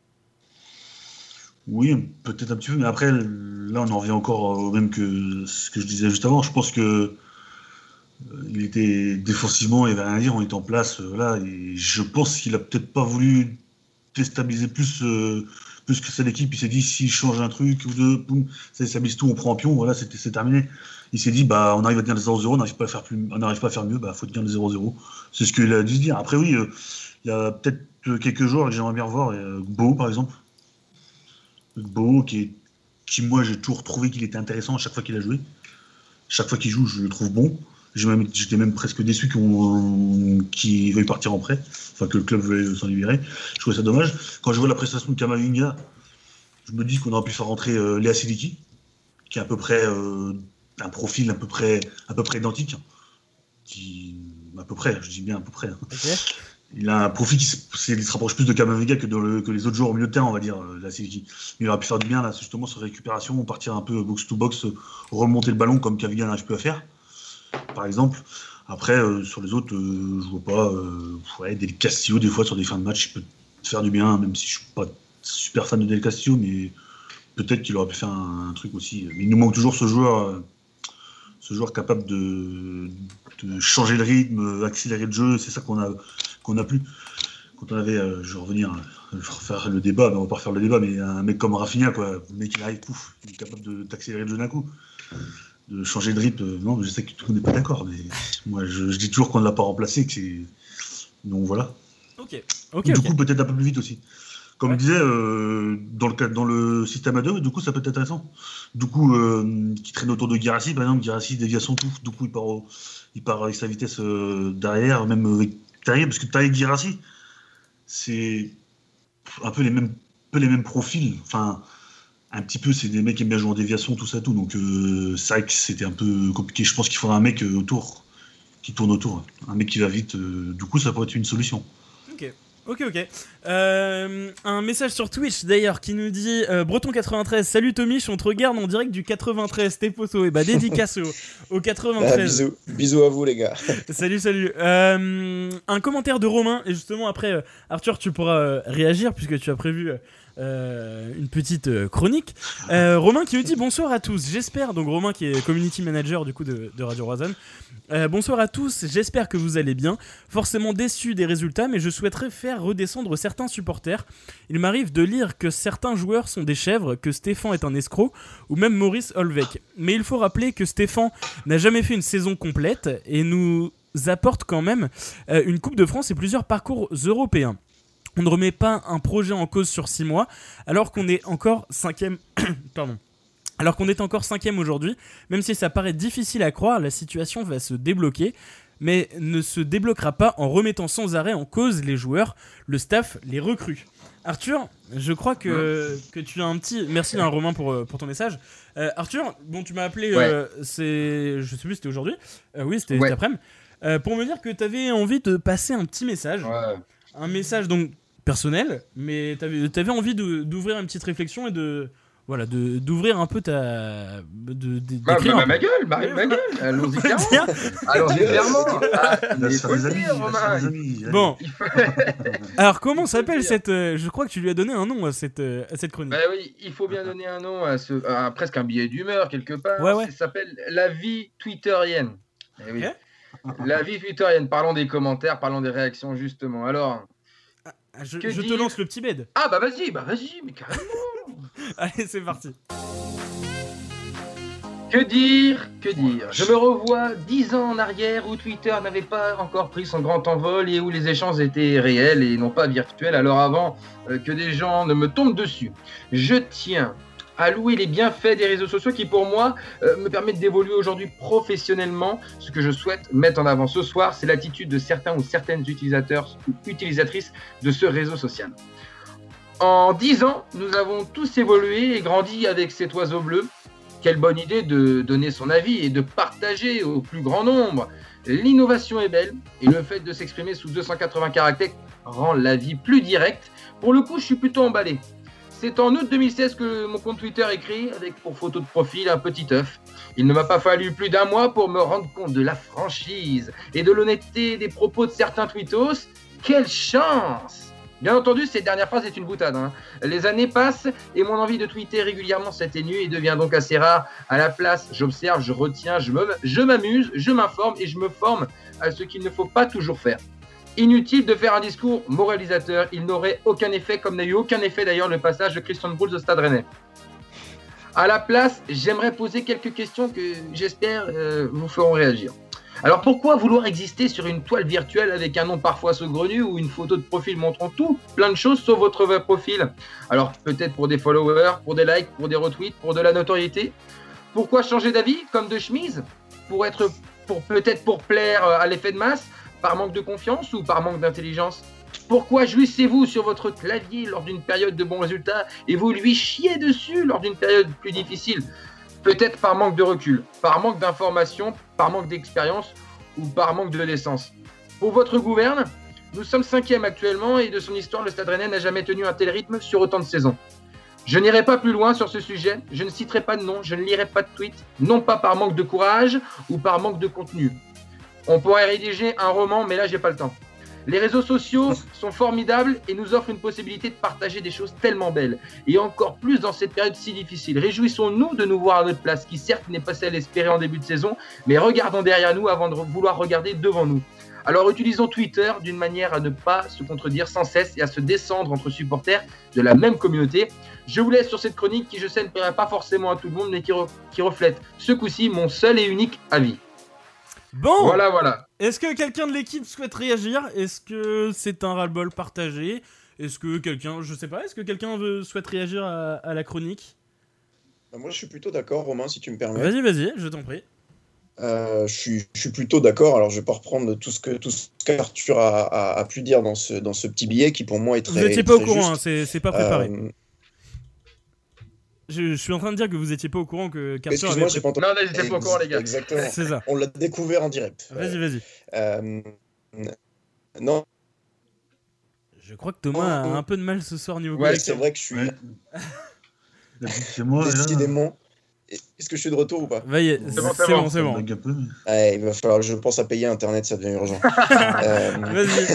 Speaker 7: Oui, peut-être un petit peu, mais après, là, on en revient encore au même que ce que je disais juste avant. Je pense que euh, il était défensivement, il n'y avait rien à dire, on était en place, euh, là, et je pense qu'il a peut-être pas voulu déstabiliser plus, euh, plus que ça l'équipe. Il s'est dit, s'il change un truc ou deux, boum, ça déstabilise tout, on prend en pion, voilà, c'était, c'est terminé. Il s'est dit, bah, on arrive à tenir le zéro zéro, on n'arrive pas à faire plus, on n'arrive pas à faire mieux, bah, faut tenir le zéro zéro. C'est ce qu'il a dû se dire. Après, oui, euh, il y a peut-être euh, quelques joueurs que j'aimerais bien revoir, euh, Beau, par exemple. Beau, qui, est, qui moi j'ai toujours trouvé qu'il était intéressant à chaque fois qu'il a joué. Chaque fois qu'il joue, je le trouve bon. J'ai même, j'étais même presque déçu qu'on, qu'il veuille partir en prêt, enfin que le club veuille s'en libérer. Je trouvais ça dommage. Quand je vois la prestation de Kamavinga, je me dis qu'on aurait pu faire rentrer euh, Léa Siliki, qui est à peu près euh, un profil à peu près, à peu près identique. Qui, à peu près, je dis bien à peu près. Hein.
Speaker 4: Okay.
Speaker 7: Il a un profil qui se, il se rapproche plus de Kamavinga que, le, que les autres joueurs au milieu de terrain, on va dire, la Siliki. Il aurait pu faire du bien, là, justement, sur récupération, partir un peu box-to-box, remonter le ballon comme Kamavinga n'arrive plus à faire, par exemple. Après, euh, sur les autres, euh, je vois pas. Euh, ouais, Del Castillo, des fois, sur des fins de match, il peut te faire du bien, même si je suis pas super fan de Del Castillo, mais peut-être qu'il aurait pu faire un, un truc aussi. Mais il nous manque toujours ce joueur, euh, ce joueur capable de, de changer le rythme, accélérer le jeu, c'est ça qu'on a. qu'on n'a plus. Quand on avait, euh, je vais revenir, euh, refaire le débat, mais on va pas refaire le débat, mais un mec comme Rafinha, quoi, le mec il arrive, pouf, il est capable de, d'accélérer le jeu d'un coup, de changer de rythme. Non, je sais que tout le monde n'est pas d'accord, mais moi je, je dis toujours qu'on ne l'a pas remplacé, que c'est. Donc voilà.
Speaker 4: Ok. Ok.
Speaker 7: Du
Speaker 4: ok.
Speaker 7: coup, peut-être un peu plus vite aussi. Comme
Speaker 4: Ouais.
Speaker 7: je disais, euh, dans, le, dans le système à deux, du coup, ça peut être intéressant. Du coup, euh, qui traîne autour de Guirassy, par exemple, Guirassy dévie son tour, du coup, il part, au, il part avec sa vitesse euh, derrière, même avec Terrier, parce que Terrier et Guirassy, c'est un peu les mêmes, peu les mêmes profils. Enfin, un petit peu, c'est des mecs qui aiment bien jouer en déviation, tout ça, tout. Donc, euh, c'est vrai que c'était un peu compliqué. Je pense qu'il faudra un mec euh, autour, qui tourne autour. Un mec qui va vite. Euh, du coup, ça pourrait être une solution.
Speaker 4: Ok. Ok, ok. Euh, un message sur Twitch d'ailleurs qui nous dit euh, Breton quatre-vingt-treize, salut Tomiche, on te regarde en direct du quatre-vingt-treize, t'es poteau. Et bah dédicace au, au quatre-vingt-treize.
Speaker 8: Ah, bisous. bisous à vous les gars.
Speaker 4: Salut, salut. Euh, un commentaire de Romain, et justement après, euh, Arthur, tu pourras euh, réagir puisque tu as prévu. Euh, Euh, une petite euh, chronique. Euh, Romain qui nous dit bonsoir à tous. J'espère, donc Romain qui est community manager du coup de, de Radio Roison. Euh, bonsoir à tous. J'espère que vous allez bien. Forcément déçu des résultats, mais je souhaiterais faire redescendre certains supporters. Il m'arrive de lire que certains joueurs sont des chèvres, que Stéphane est un escroc, ou même Maurice Olvec. Mais il faut rappeler que Stéphane n'a jamais fait une saison complète et nous apporte quand même euh, une Coupe de France et plusieurs parcours européens. On ne remet pas un projet en cause sur six mois, alors qu'on est encore cinquième. Pardon. Alors qu'on est encore cinquième aujourd'hui, même si ça paraît difficile à croire, la situation va se débloquer, mais ne se débloquera pas en remettant sans arrêt en cause les joueurs, le staff, les recrues. Arthur, je crois que, que tu as un petit... Merci hein, Romain pour, pour ton message. Euh, Arthur, bon tu m'as appelé,
Speaker 5: ouais.
Speaker 4: euh, c'est... je sais plus si c'était aujourd'hui, euh, oui c'était
Speaker 5: ouais.
Speaker 4: cet après-midi, euh, pour me dire que tu avais envie de passer un petit message.
Speaker 5: Ouais.
Speaker 4: Un message donc personnel, mais t'avais, t'avais envie de, d'ouvrir une petite réflexion et de voilà de d'ouvrir un peu ta de, de
Speaker 5: bah, bah, bah, ma gueule, ma, ma gueule, allons-y clairement. Allons-y clairement. Ah, il faut le dire, Romain.
Speaker 4: Bon. Alors comment s'appelle cette euh, je crois que tu lui as donné un nom à cette euh, à cette chronique.
Speaker 5: Bah oui, il faut bien donner un nom à ce à presque un billet d'humeur quelque part.
Speaker 4: Ouais, ouais.
Speaker 5: Ça s'appelle la vie twitterienne. Eh oui.
Speaker 4: Okay.
Speaker 5: La vie twitterienne. Parlons des commentaires, parlons des réactions justement. Alors.
Speaker 4: Je, je te lance le petit bed.
Speaker 5: Ah bah vas-y, bah vas-y, mais carrément.
Speaker 4: Allez, c'est parti.
Speaker 5: Que dire, que dire. Je me revois dix ans en arrière où Twitter n'avait pas encore pris son grand envol et où les échanges étaient réels et non pas virtuels. Alors avant euh, que des gens ne me tombent dessus, je tiens à louer les bienfaits des réseaux sociaux qui pour moi euh, me permettent d'évoluer aujourd'hui professionnellement. Ce que je souhaite mettre en avant ce soir, c'est l'attitude de certains ou certaines utilisateurs ou utilisatrices de ce réseau social. En dix ans, nous avons tous évolué et grandi avec cet oiseau bleu. Quelle bonne idée de donner son avis et de partager au plus grand nombre. L'innovation est belle et le fait de s'exprimer sous deux cent quatre-vingts caractères rend la vie plus directe. Pour le coup, je suis plutôt emballé. C'est en août deux mille seize que mon compte Twitter est créé avec pour photo de profil un petit œuf. Il ne m'a pas fallu plus d'un mois pour me rendre compte de la franchise et de l'honnêteté des propos de certains tweetos. Quelle chance! Bien entendu, cette dernière phrase est une boutade. Hein. Les années passent et mon envie de tweeter régulièrement s'atténue et devient donc assez rare. À la place, j'observe, je retiens, je, me, je m'amuse, je m'informe et je me forme à ce qu'il ne faut pas toujours faire. Inutile de faire un discours moralisateur, il n'aurait aucun effet, comme n'a eu aucun effet d'ailleurs le passage de Christian Bruls au Stade Rennais. À la place, j'aimerais poser quelques questions que j'espère euh, vous feront réagir. Alors pourquoi vouloir exister sur une toile virtuelle avec un nom parfois saugrenu ou une photo de profil montrant tout, plein de choses sauf votre vrai profil? Alors peut-être pour des followers, pour des likes, pour des retweets, pour de la notoriété. Pourquoi changer d'avis comme de chemise? Pour être, pour peut-être pour plaire à l'effet de masse? Par manque de confiance ou par manque d'intelligence? Pourquoi jouissez-vous sur votre clavier lors d'une période de bons résultats et vous lui chiez dessus lors d'une période plus difficile? Peut-être par manque de recul, par manque d'information, par manque d'expérience ou par manque de décence. Pour votre gouverne, nous sommes cinquième actuellement et de son histoire, le Stade Rennais n'a jamais tenu un tel rythme sur autant de saisons. Je n'irai pas plus loin sur ce sujet, je ne citerai pas de nom, je ne lirai pas de tweet, non pas par manque de courage ou par manque de contenu. On pourrait rédiger un roman, mais là, j'ai pas le temps. Les réseaux sociaux sont formidables et nous offrent une possibilité de partager des choses tellement belles. Et encore plus dans cette période si difficile. Réjouissons-nous de nous voir à notre place, qui certes n'est pas celle espérée en début de saison, mais regardons derrière nous avant de vouloir regarder devant nous. Alors utilisons Twitter d'une manière à ne pas se contredire sans cesse et à se descendre entre supporters de la même communauté. Je vous laisse sur cette chronique qui, je sais, ne plaira pas forcément à tout le monde, mais qui, re- qui reflète ce coup-ci mon seul et unique avis.
Speaker 4: Bon,
Speaker 5: voilà, voilà.
Speaker 4: Est-ce que quelqu'un de l'équipe souhaite réagir? Est-ce que c'est un ras-le-bol partagé? Est-ce que quelqu'un, je sais pas, est-ce que quelqu'un veut, souhaite réagir à, à la chronique?
Speaker 8: Moi, je suis plutôt d'accord, Romain, si tu me permets.
Speaker 4: Vas-y, vas-y, je t'en prie.
Speaker 8: Euh, je, suis, je suis plutôt d'accord. Alors, je vais pas reprendre tout ce que tout ce qu'Arthur a, a, a pu dire dans ce, dans ce petit billet qui, pour moi, est très.
Speaker 4: Vous n'étiez pas
Speaker 8: très
Speaker 4: au courant,
Speaker 8: juste.
Speaker 4: hein, c'est, c'est pas préparé.
Speaker 8: Euh,
Speaker 4: Je, je suis en train de dire que vous étiez pas au courant que Carter
Speaker 8: Excuse-moi,
Speaker 4: avait...
Speaker 8: j'ai pas entendu.
Speaker 5: Non, j'étais pas au courant, les gars.
Speaker 8: Exactement.
Speaker 4: C'est ça.
Speaker 8: On l'a découvert en direct.
Speaker 4: Vas-y, vas-y.
Speaker 8: Euh, non.
Speaker 4: Je crois que Thomas a un peu de mal ce soir niveau
Speaker 8: Ouais,
Speaker 4: connexion.
Speaker 8: c'est vrai que je suis
Speaker 7: Ouais. C'est moi. et là,
Speaker 8: décidément. Est-ce que je suis de retour ou pas?
Speaker 4: Va y-
Speaker 5: C'est bon,
Speaker 4: c'est
Speaker 5: c'est
Speaker 4: bon,
Speaker 5: bon.
Speaker 4: c'est
Speaker 7: ça
Speaker 4: bon.
Speaker 7: bug un peu, mais-
Speaker 8: Ouais, il va falloir, je pense, à payer Internet, ça devient urgent. Euh,
Speaker 4: Vas-y.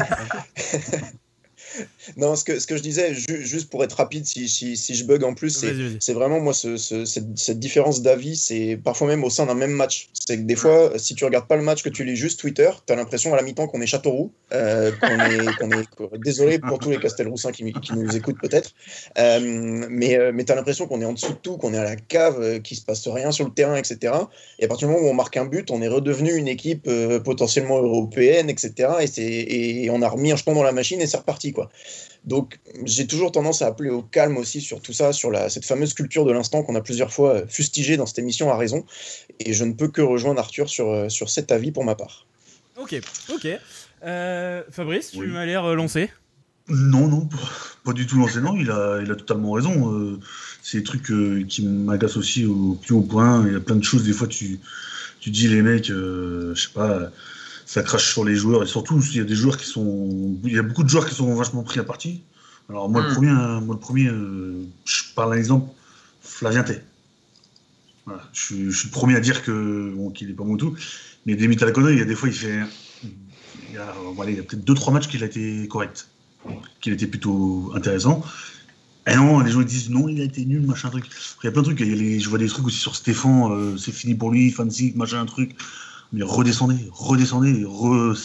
Speaker 8: non, ce que, ce que je disais, ju- juste pour être rapide, si, si, si je bug en plus, c'est
Speaker 4: Vas-y, vas-y.
Speaker 8: c'est vraiment moi ce, ce- cette, cette différence d'avis, c'est parfois même au sein d'un même match. C'est que des fois, si tu regardes pas le match, que tu lis juste Twitter, t'as l'impression à la mi-temps qu'on est Châteauroux, euh, qu'on est, qu'on est qu'on- désolé pour tous les Castelroussins qui, qui nous écoutent peut-être, euh, mais, euh, mais t'as l'impression qu'on est en dessous de tout, qu'on est à la cave, euh, qu'il se passe rien sur le terrain, et cetera. Et à partir du moment où on marque un but, on est redevenu une équipe euh, potentiellement européenne, et cetera. Et, c'est, et on a remis un jeton dans la machine et c'est reparti, quoi. Donc, j'ai toujours tendance à appeler au calme aussi sur tout ça, sur la, cette fameuse culture de l'instant qu'on a plusieurs fois euh, fustigée dans cette émission à raison. Et je ne peux que rejoindre Arthur sur, euh, sur cet avis pour ma part.
Speaker 4: Ok, ok. Euh, Fabrice, tu
Speaker 7: Oui.
Speaker 4: m'as l'air euh, lancé.
Speaker 7: Non, non, pas- pas du tout lancé, non, il a, il a totalement raison. Euh, c'est des trucs euh, qui m'agacent aussi au plus haut point. Il y a plein de choses, des fois, tu, tu dis, les mecs, euh, je sais pas, ça crache sur les joueurs. Et surtout, il y a des joueurs qui sont. Il y a beaucoup de joueurs qui sont vachement pris à partie. Alors, moi,
Speaker 5: Mm.
Speaker 7: le premier, hein, moi, le premier euh, je parle d'un exemple, Flavien Tay. Voilà, je, suis- je suis le premier à dire que, bon, qu'il est pas bon et tout. Mais des mythes à la connerie, il y a des fois, il fait. Il y a, bon, allez, il y a peut-être deux trois matchs qu'il a été correct. Qu'il était plutôt intéressant. Et non, les gens ils disent non, il a été nul, machin truc. Après, il y a plein de trucs. Il y a les, je vois des trucs aussi sur Stéphane, euh, c'est fini pour lui, fancy, machin truc. Mais redescendez, redescendez. Re...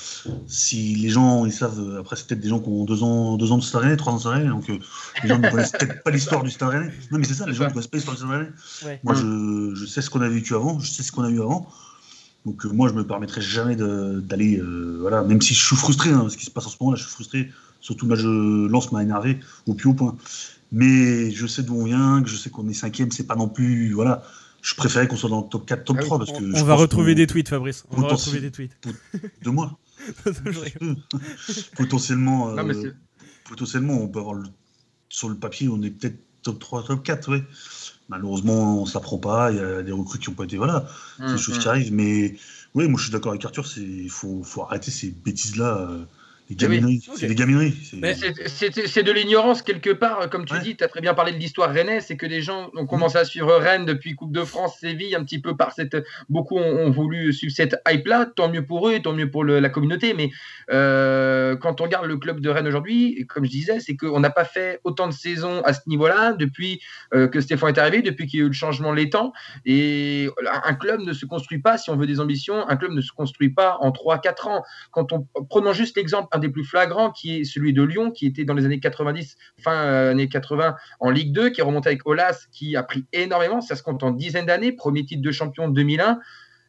Speaker 7: Si les gens ils savent, euh, après c'est peut-être des gens qui ont deux ans, deux ans de Stade Rennais, trois ans de Stade Rennais, donc euh, les gens ne connaissent peut-être pas l'histoire du Stade Rennais. Non mais c'est ça, les gens ne connaissent pas l'histoire du Stade Rennais.
Speaker 4: Ouais.
Speaker 7: Moi je, je sais ce qu'on a vécu avant, je sais ce qu'on a eu avant. Donc euh, moi je me permettrai jamais de- d'aller, euh, voilà, même si je suis frustré, hein, ce qui se passe en ce moment là, je suis frustré. Surtout le match de Lens m'a énervé au plus haut point. Mais je sais d'où on vient, que je sais qu'on est cinquième, c'est pas non plus, voilà. Je préférais qu'on soit dans le top quatre, top
Speaker 5: Ah oui,
Speaker 7: trois parce que
Speaker 4: On
Speaker 7: je
Speaker 4: va
Speaker 7: pense
Speaker 4: retrouver
Speaker 7: qu'on-
Speaker 4: des tweets, Fabrice. On va
Speaker 7: potentiel-
Speaker 4: retrouver des tweets.
Speaker 7: de moi.
Speaker 4: Je rigole.
Speaker 7: potentiellement, euh,
Speaker 5: Non, mais c'est-
Speaker 7: potentiellement, on peut avoir le, sur le papier, on est peut-être top trois, top quatre, ouais. Malheureusement, ça prend pas. Il y a des recrues qui n'ont pas été, voilà, c'est des
Speaker 5: Mm,
Speaker 7: choses
Speaker 5: mm.
Speaker 7: qui arrivent. Mais oui, moi je suis d'accord avec Arthur, il faut, faut arrêter ces bêtises-là, euh, les gamineries.
Speaker 4: oui.
Speaker 7: C'est
Speaker 4: Ok.
Speaker 7: des gamineries. c'est-
Speaker 4: Mais-
Speaker 5: C'est- C'est c'est de l'ignorance quelque part, comme tu
Speaker 7: Ouais.
Speaker 5: dis, tu as très bien parlé de l'histoire rennais, c'est que les gens ont commencé à suivre Rennes depuis Coupe de France, Séville, un petit peu par cette... Beaucoup ont, ont voulu suivre cette hype-là, tant mieux pour eux, tant mieux pour le- la communauté, mais euh, quand on regarde le club de Rennes aujourd'hui, comme je disais, c'est qu'on n'a pas fait autant de saisons à ce niveau-là depuis euh, que Stéphane est arrivé, depuis qu'il y a eu le changement l'étang, et un club ne se construit pas, si on veut des ambitions, un club ne se construit pas en trois quatre ans. Quand on, prenons juste l'exemple, un des plus flagrants, qui est celui de Lyon, qui était dans les années quatre-vingt-dix, fin euh, années quatre-vingts en Ligue deux, qui est remonté avec Aulas, qui a pris énormément, ça se compte en dizaines d'années, premier titre de champion de deux mille un.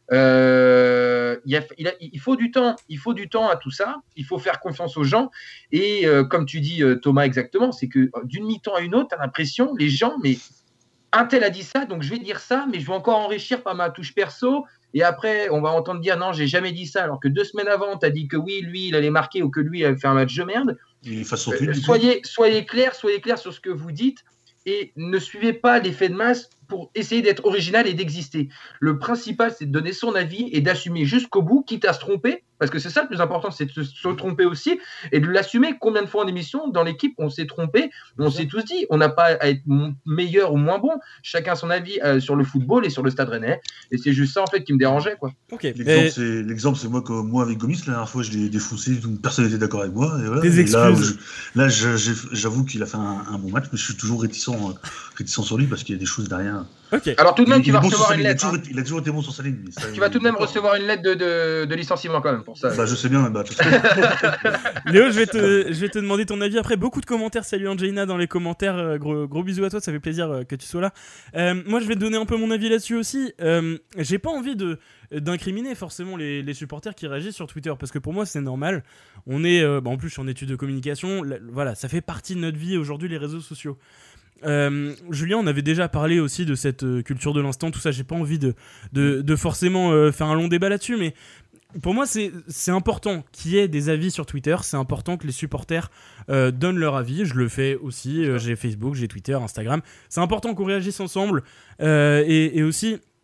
Speaker 5: Euh, il, y a- il, a- il faut du temps, il faut du temps à tout ça, il faut faire confiance aux gens, et euh, comme tu dis, euh, Thomas, exactement, c'est que euh, d'une mi-temps à une autre, tu as l'impression, les gens, mais un tel a dit ça, donc je vais dire ça, mais je vais encore enrichir par ma touche perso. Et après, on va entendre dire non, j'ai jamais dit ça, alors que deux semaines avant, tu as dit que oui, lui, il allait marquer ou que lui, il avait fait un match de merde.
Speaker 7: Et face sur
Speaker 5: Euh,
Speaker 7: Twitter, du coup.
Speaker 5: soyez, soyez clairs, soyez clairs sur ce que vous dites et ne suivez pas l'effet de masse pour essayer d'être original et d'exister. Le principal, c'est de donner son avis et d'assumer jusqu'au bout, quitte à se tromper, parce que c'est ça le plus important, c'est de se, se tromper aussi et de l'assumer. Combien de fois en émission, dans l'équipe, on s'est trompé, on s'est tous dit, on n'a pas à être m- meilleur ou moins bon, chacun son avis euh, sur le football et sur le Stade Rennais, et c'est juste ça en fait qui me dérangeait, quoi.
Speaker 4: Ok.
Speaker 7: L'exemple,
Speaker 4: Mais-
Speaker 7: c'est, l'exemple, c'est moi, comme moi avec Gomis, la dernière fois, je l'ai défoncé, tout- personne n'était d'accord avec moi. Et voilà.
Speaker 4: Des
Speaker 7: Et là,
Speaker 4: excuses.
Speaker 7: je- là, je- j'ai- j'avoue qu'il a fait un, un bon match, mais je suis toujours réticent, euh, réticent sur lui parce qu'il y a des choses derrière.
Speaker 4: Ok.
Speaker 5: Alors tout de même,
Speaker 7: Il-
Speaker 5: tu
Speaker 7: il
Speaker 5: vas
Speaker 7: est bon sur
Speaker 5: recevoir
Speaker 7: sa
Speaker 5: une
Speaker 7: ligne, il a
Speaker 5: lettre.
Speaker 7: toujours
Speaker 5: hein.
Speaker 7: été- Il a toujours été bon sur sa ligne. mais ça,
Speaker 5: Tu vas tout de même
Speaker 7: d'accord.
Speaker 5: recevoir une lettre de, de, de licenciement quand même pour ça.
Speaker 7: Bah, je sais bien, bah, de toute façon,
Speaker 4: Léo, je vais, te, je vais te demander ton avis après. Beaucoup de commentaires. Salut Angelina dans les commentaires. Euh, Gros, gros bisous à toi, ça fait plaisir euh, que tu sois là. Euh, moi, je vais te donner un peu mon avis là-dessus aussi. Euh, j'ai pas envie de, d'incriminer forcément les, les supporters qui réagissent sur Twitter parce que pour moi, c'est normal. On est, euh, bah, en plus, je suis en études de communication. Là, voilà, ça fait partie de notre vie aujourd'hui, les réseaux sociaux. Euh, Julien, on avait déjà parlé aussi de cette euh, culture de l'instant, tout ça. J'ai pas envie de, de, de forcément euh, faire un long débat là-dessus, mais pour moi, c'est, c'est important qu'il y ait des avis sur Twitter. C'est important que les supporters euh, donnent leur avis. Je le fais aussi. Euh, j'ai Facebook, j'ai Twitter, Instagram. C'est important qu'on réagisse ensemble. Euh, et, et aussi,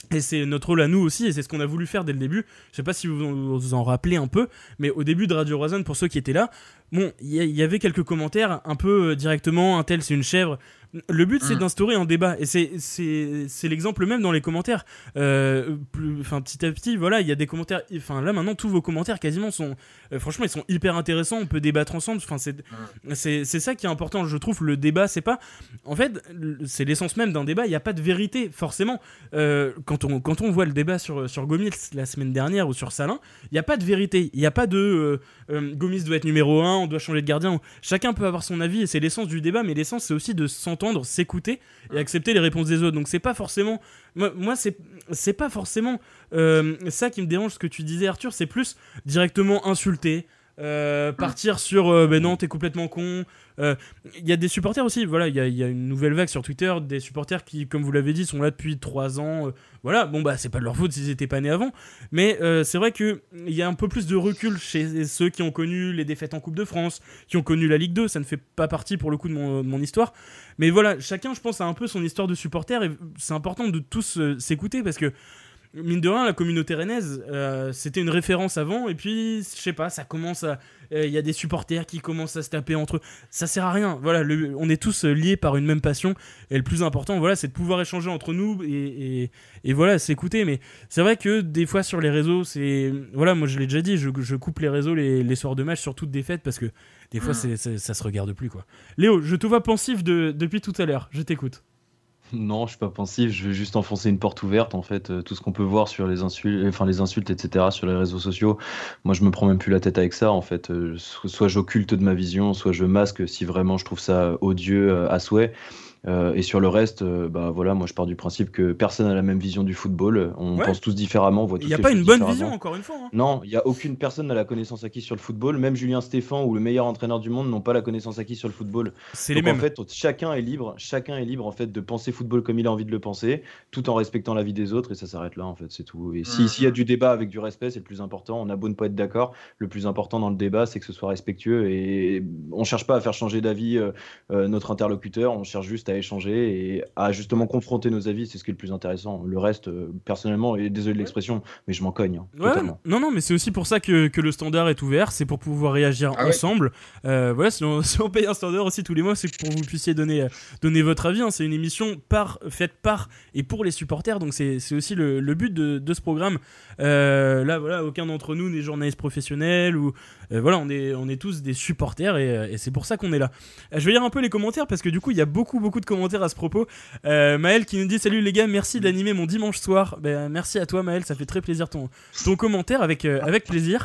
Speaker 4: Et c'est notre rôle à nous aussi, et c'est ce qu'on a voulu faire dès le début. Je sais pas si vous vous en rappelez un peu, mais au début de Radio Roison, pour ceux qui étaient là, bon, il y, y avait quelques commentaires un peu euh, directement, un tel c'est une chèvre. Le but, c'est mmh. d'instaurer un débat, et c'est, c'est, c'est l'exemple même dans les commentaires. Euh, plus, petit à petit, voilà, il y a des commentaires. Enfin, là maintenant, tous vos commentaires quasiment sont, euh, franchement, ils sont hyper intéressants. On peut débattre ensemble. Enfin, c'est, mmh. c'est, c'est ça qui est important, je trouve. Le débat, c'est pas, en fait, c'est l'essence même d'un débat. Il n'y a pas de vérité, forcément. Euh, quand on quand on voit le débat sur sur Gomis la semaine dernière ou sur Salin, il n'y a pas de vérité. Il n'y a pas de euh, euh, Gomis doit être numéro un, on doit changer de gardien. Chacun peut avoir son avis, et c'est l'essence du débat. Mais l'essence, c'est aussi de s'entendre, s'écouter et accepter les réponses des autres. Donc c'est pas forcément moi, moi c'est c'est pas forcément euh, ça qui me dérange, ce que tu disais Arthur, c'est plus directement insulter, euh, partir sur euh, ben non t'es complètement con. Il euh, y a des supporters aussi, voilà, il y, y a une nouvelle vague sur Twitter, des supporters qui, comme vous l'avez dit, sont là depuis trois ans. Euh, voilà, bon bah c'est pas de leur faute s'ils étaient pas nés avant, mais euh, c'est vrai que il y a un peu plus de recul chez ceux qui ont connu les défaites en Coupe de France, qui ont connu la Ligue deux. Ça ne fait pas partie pour le coup de mon, de mon histoire, mais voilà, chacun, je pense, a un peu son histoire de supporter, et c'est important de tous euh, s'écouter, parce que mine de rien, la communauté rennaise, euh, c'était une référence avant, et puis, je sais pas, ça commence à... Il euh, y a des supporters qui commencent à se taper entre eux. Ça sert à rien. Voilà, le, on est tous liés par une même passion, et le plus important, voilà, c'est de pouvoir échanger entre nous, et, et, et voilà, s'écouter. Mais c'est vrai que des fois, sur les réseaux, c'est... Voilà, moi, je l'ai déjà dit, je, je coupe les réseaux les, les soirs de match, surtout de défaites, parce que des fois, c'est, c'est, ça se regarde plus, quoi. Léo, je te vois pensif de, depuis tout à l'heure. Je t'écoute.
Speaker 6: Non, je suis pas pensif, je vais juste enfoncer une porte ouverte, en fait. Euh, tout ce qu'on peut voir sur les insultes, enfin les insultes, et cetera, sur les réseaux sociaux, moi je me prends même plus la tête avec ça, en fait. Euh, soit j'occulte de ma vision, soit je masque si vraiment je trouve ça odieux euh, à souhait. Euh, et sur le reste, euh, bah voilà, moi je pars du principe que personne n'a la même vision du football. On ouais. pense tous différemment, on voit tous.
Speaker 4: Il n'y a pas une bonne vision, encore une fois. Hein.
Speaker 6: Non, il y a aucune personne n'a la connaissance acquise sur le football. Même Julien Stéphan ou le meilleur entraîneur du monde n'ont pas la connaissance acquise sur le football.
Speaker 4: C'est
Speaker 6: Donc
Speaker 4: les mêmes.
Speaker 6: En fait, chacun est libre, chacun est libre en fait de penser football comme il a envie de le penser, tout en respectant la vie des autres, et ça s'arrête là en fait, c'est tout. Et si s'il y a du débat avec du respect, c'est le plus important. On a beau ne pas être d'accord, le plus important dans le débat, c'est que ce soit respectueux, et on cherche pas à faire changer d'avis euh, euh, notre interlocuteur, on cherche juste à échanger et à justement confronter nos avis, c'est ce qui est le plus intéressant. Le reste, euh, personnellement, et désolé de l'expression, mais je m'en cogne. Hein,
Speaker 4: ouais,
Speaker 6: totalement.
Speaker 4: Non, non, mais c'est aussi pour ça que, que le standard est ouvert, c'est pour pouvoir réagir ah ensemble. Ouais. Euh, voilà, si on, si on paye un standard aussi tous les mois, c'est pour que vous puissiez donner, donner votre avis. Hein. C'est une émission par, faite par et pour les supporters, donc c'est, c'est aussi le, le but de, de ce programme. Euh, là, voilà, aucun d'entre nous n'est journaliste professionnel, ou euh, voilà, on est, on est tous des supporters, et, et c'est pour ça qu'on est là. Je vais lire un peu les commentaires, parce que du coup, il y a beaucoup, beaucoup de commentaires à ce propos. Euh, Maël qui nous dit salut les gars, merci d'animer mon dimanche soir. Ben, merci à toi Maël, ça fait très plaisir ton, ton commentaire, avec, euh, avec plaisir.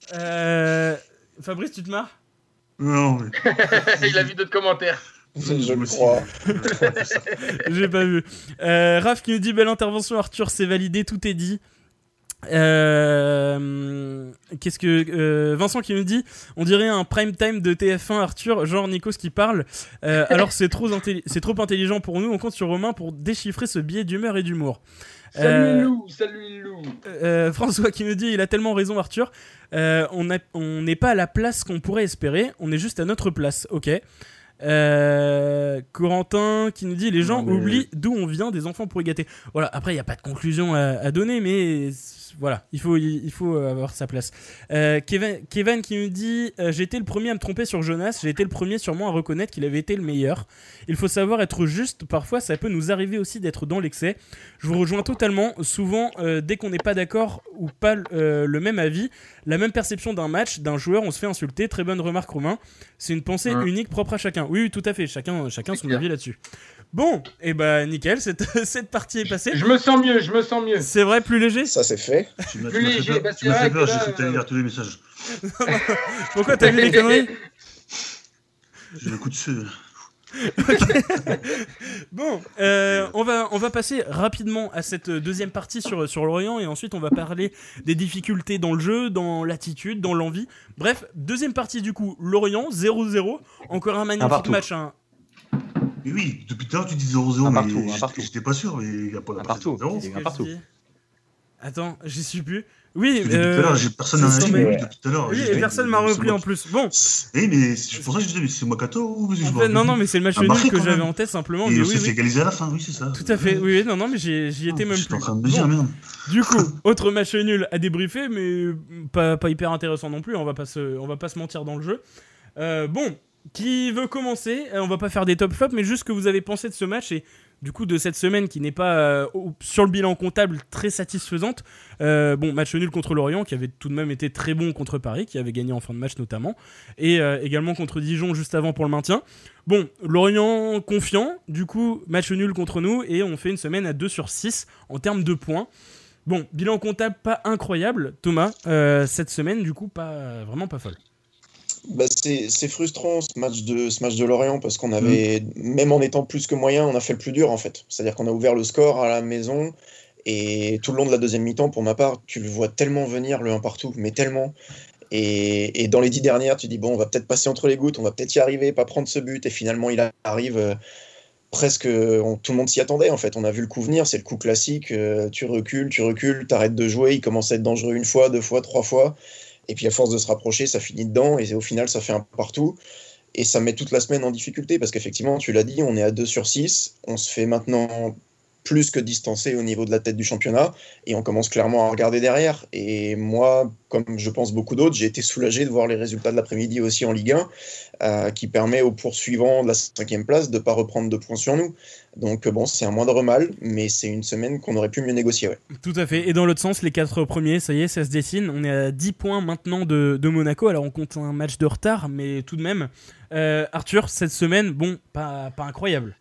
Speaker 4: Euh, Fabrice, tu te marres?
Speaker 7: Non, mais...
Speaker 5: Il a vu d'autres commentaires.
Speaker 8: Je le crois.
Speaker 4: J'ai pas vu. Euh, Raph qui nous dit belle intervention Arthur, c'est validé, tout est dit. Euh, qu'est-ce que euh, Vincent qui nous dit on dirait un prime time de T F un Arthur, genre Nikos qui parle. Euh, alors c'est trop, intelli- c'est trop intelligent pour nous, on compte sur Romain pour déchiffrer ce biais d'humeur et d'humour.
Speaker 5: Salut
Speaker 4: euh,
Speaker 5: Lou, salut Lou.
Speaker 4: Euh, François qui nous dit il a tellement raison Arthur. Euh, on a, on n'est pas à la place qu'on pourrait espérer, on est juste à notre place. Ok. Euh, Corentin qui nous dit les gens mais... oublient d'où on vient, des enfants pour y gâter. Voilà, après il n'y a pas de conclusion à, à donner, mais voilà, il faut, il faut avoir sa place. euh, Kevin, Kevin qui nous dit euh, j'ai été le premier à me tromper sur Jonas, j'ai été le premier sûrement à reconnaître qu'il avait été le meilleur. Il faut savoir être juste, parfois ça peut nous arriver aussi d'être dans l'excès. Je vous rejoins totalement. Souvent euh, dès qu'on n'est pas d'accord ou pas euh, le même avis, la même perception d'un match, d'un joueur, on se fait insulter. Très bonne remarque Romain, c'est une pensée ouais. unique propre à chacun. Oui, oui tout à fait, chacun, chacun son avis là-dessus. Bon, et eh bah nickel, cette, cette partie est passée.
Speaker 5: Je me sens mieux, je me sens mieux.
Speaker 4: C'est vrai, plus léger.
Speaker 8: Ça c'est fait.
Speaker 7: Tu m'as, plus tu léger, fait peur, tu m'as fait peur, j'ai cru que t'allais lire tous les messages.
Speaker 4: Non, non. Pourquoi t'as lu les conneries?
Speaker 7: J'ai le coup de feu.
Speaker 4: Okay. Bon, euh, on va on va passer rapidement à cette deuxième partie sur sur Lorient, et ensuite on va parler des difficultés dans le jeu, dans l'attitude, dans l'envie. Bref, deuxième partie du coup, Lorient zéro zéro, encore un magnifique un match. Hein.
Speaker 7: Mais oui, depuis tout à l'heure tu dis zéro zéro,
Speaker 6: un
Speaker 7: mais
Speaker 6: partout,
Speaker 7: j'étais,
Speaker 6: partout.
Speaker 7: j'étais pas sûr, mais il n'y a pas de
Speaker 6: partout.
Speaker 7: zéro.
Speaker 6: Un partout.
Speaker 4: Attends, j'y suis plus. Oui,
Speaker 7: Depuis
Speaker 4: euh,
Speaker 7: tout à l'heure, j'ai personne n'a
Speaker 4: c'est
Speaker 7: dit,
Speaker 4: son
Speaker 7: mais
Speaker 4: mec.
Speaker 7: depuis tout à l'heure.
Speaker 4: Oui,
Speaker 7: j'ai-
Speaker 4: et personne m'a
Speaker 7: c'est
Speaker 4: repris
Speaker 7: moi
Speaker 4: en
Speaker 7: qui-
Speaker 4: plus. Bon,
Speaker 7: Eh, mais c'est pour ça que je disais, mais c'est Makato ou parce que je
Speaker 4: en
Speaker 7: me
Speaker 4: fait, non,
Speaker 7: rappelle
Speaker 4: non,
Speaker 7: plus.
Speaker 4: mais c'est le match
Speaker 7: Ah,
Speaker 4: nul
Speaker 7: marqué,
Speaker 4: que
Speaker 7: quand
Speaker 4: j'avais
Speaker 7: même.
Speaker 4: en tête simplement.
Speaker 7: Et
Speaker 4: Mais
Speaker 7: on
Speaker 4: oui,
Speaker 7: s'est fait
Speaker 4: oui.
Speaker 7: égaliser à la fin, oui, c'est ça.
Speaker 4: Tout à fait. Oui, oui, non, non, mais j'y j'y étais
Speaker 7: Ah,
Speaker 4: même
Speaker 7: j'étais
Speaker 4: plus.
Speaker 7: en train de me dire,
Speaker 4: Bon,
Speaker 7: merde.
Speaker 4: du coup, autre match nul à débriefer, mais pas, pas hyper intéressant non plus. On va pas se, on va pas se mentir dans le jeu. Euh, bon, qui veut commencer? Euh, On va pas faire des top flops, mais juste ce que vous avez pensé de ce match et du coup de cette semaine qui n'est pas euh, au- sur le bilan comptable très satisfaisante. Euh, bon, match nul contre Lorient qui avait tout de même été très bon contre Paris, qui avait gagné en fin de match notamment, et euh, également contre Dijon juste avant pour le maintien. Bon, Lorient confiant, du coup match nul contre nous et on fait une semaine à deux sur six en termes de points. Bon, bilan comptable pas incroyable, Thomas, euh, cette semaine du coup pas vraiment pas folle.
Speaker 8: Bah, c'est c'est frustrant ce match de, ce match de Lorient parce qu'on avait, même en étant plus que moyen, on a fait le plus dur en fait. C'est-à-dire qu'on a ouvert le score à la maison et tout le long de la deuxième mi-temps, pour ma part, tu le vois tellement venir le un partout, mais tellement. Et, et dans les dix dernières, tu dis bon, on va peut-être passer entre les gouttes, on va peut-être y arriver, pas prendre ce but. Et finalement, il arrive euh, presque. on- tout le monde s'y attendait en fait. On a vu le coup venir, c'est le coup classique. euh, tu recules, tu recules, t'arrêtes de jouer. Il commence à être dangereux une fois, deux fois, trois fois. Et puis à force de se rapprocher, ça finit dedans. Et au final, ça fait un partout. Et ça met toute la semaine en difficulté parce qu'effectivement, tu l'as dit, on est à deux sur six. On se fait maintenant plus que distancer au niveau de la tête du championnat et on commence clairement à regarder derrière. Et moi, comme je pense beaucoup d'autres, j'ai été soulagé de voir les résultats de l'après-midi aussi en Ligue un euh, qui permet aux poursuivants de la cinquième place de ne pas reprendre deux points sur nous. Donc bon, c'est un moindre mal, mais c'est une semaine qu'on aurait pu mieux négocier. Ouais.
Speaker 4: Tout à fait. Et dans l'autre sens, les quatre premiers, ça y est, ça se dessine. On est à dix points maintenant de, de Monaco. Alors on compte un match de retard, mais tout de même. Euh, Arthur, cette semaine, bon, pas, pas incroyable.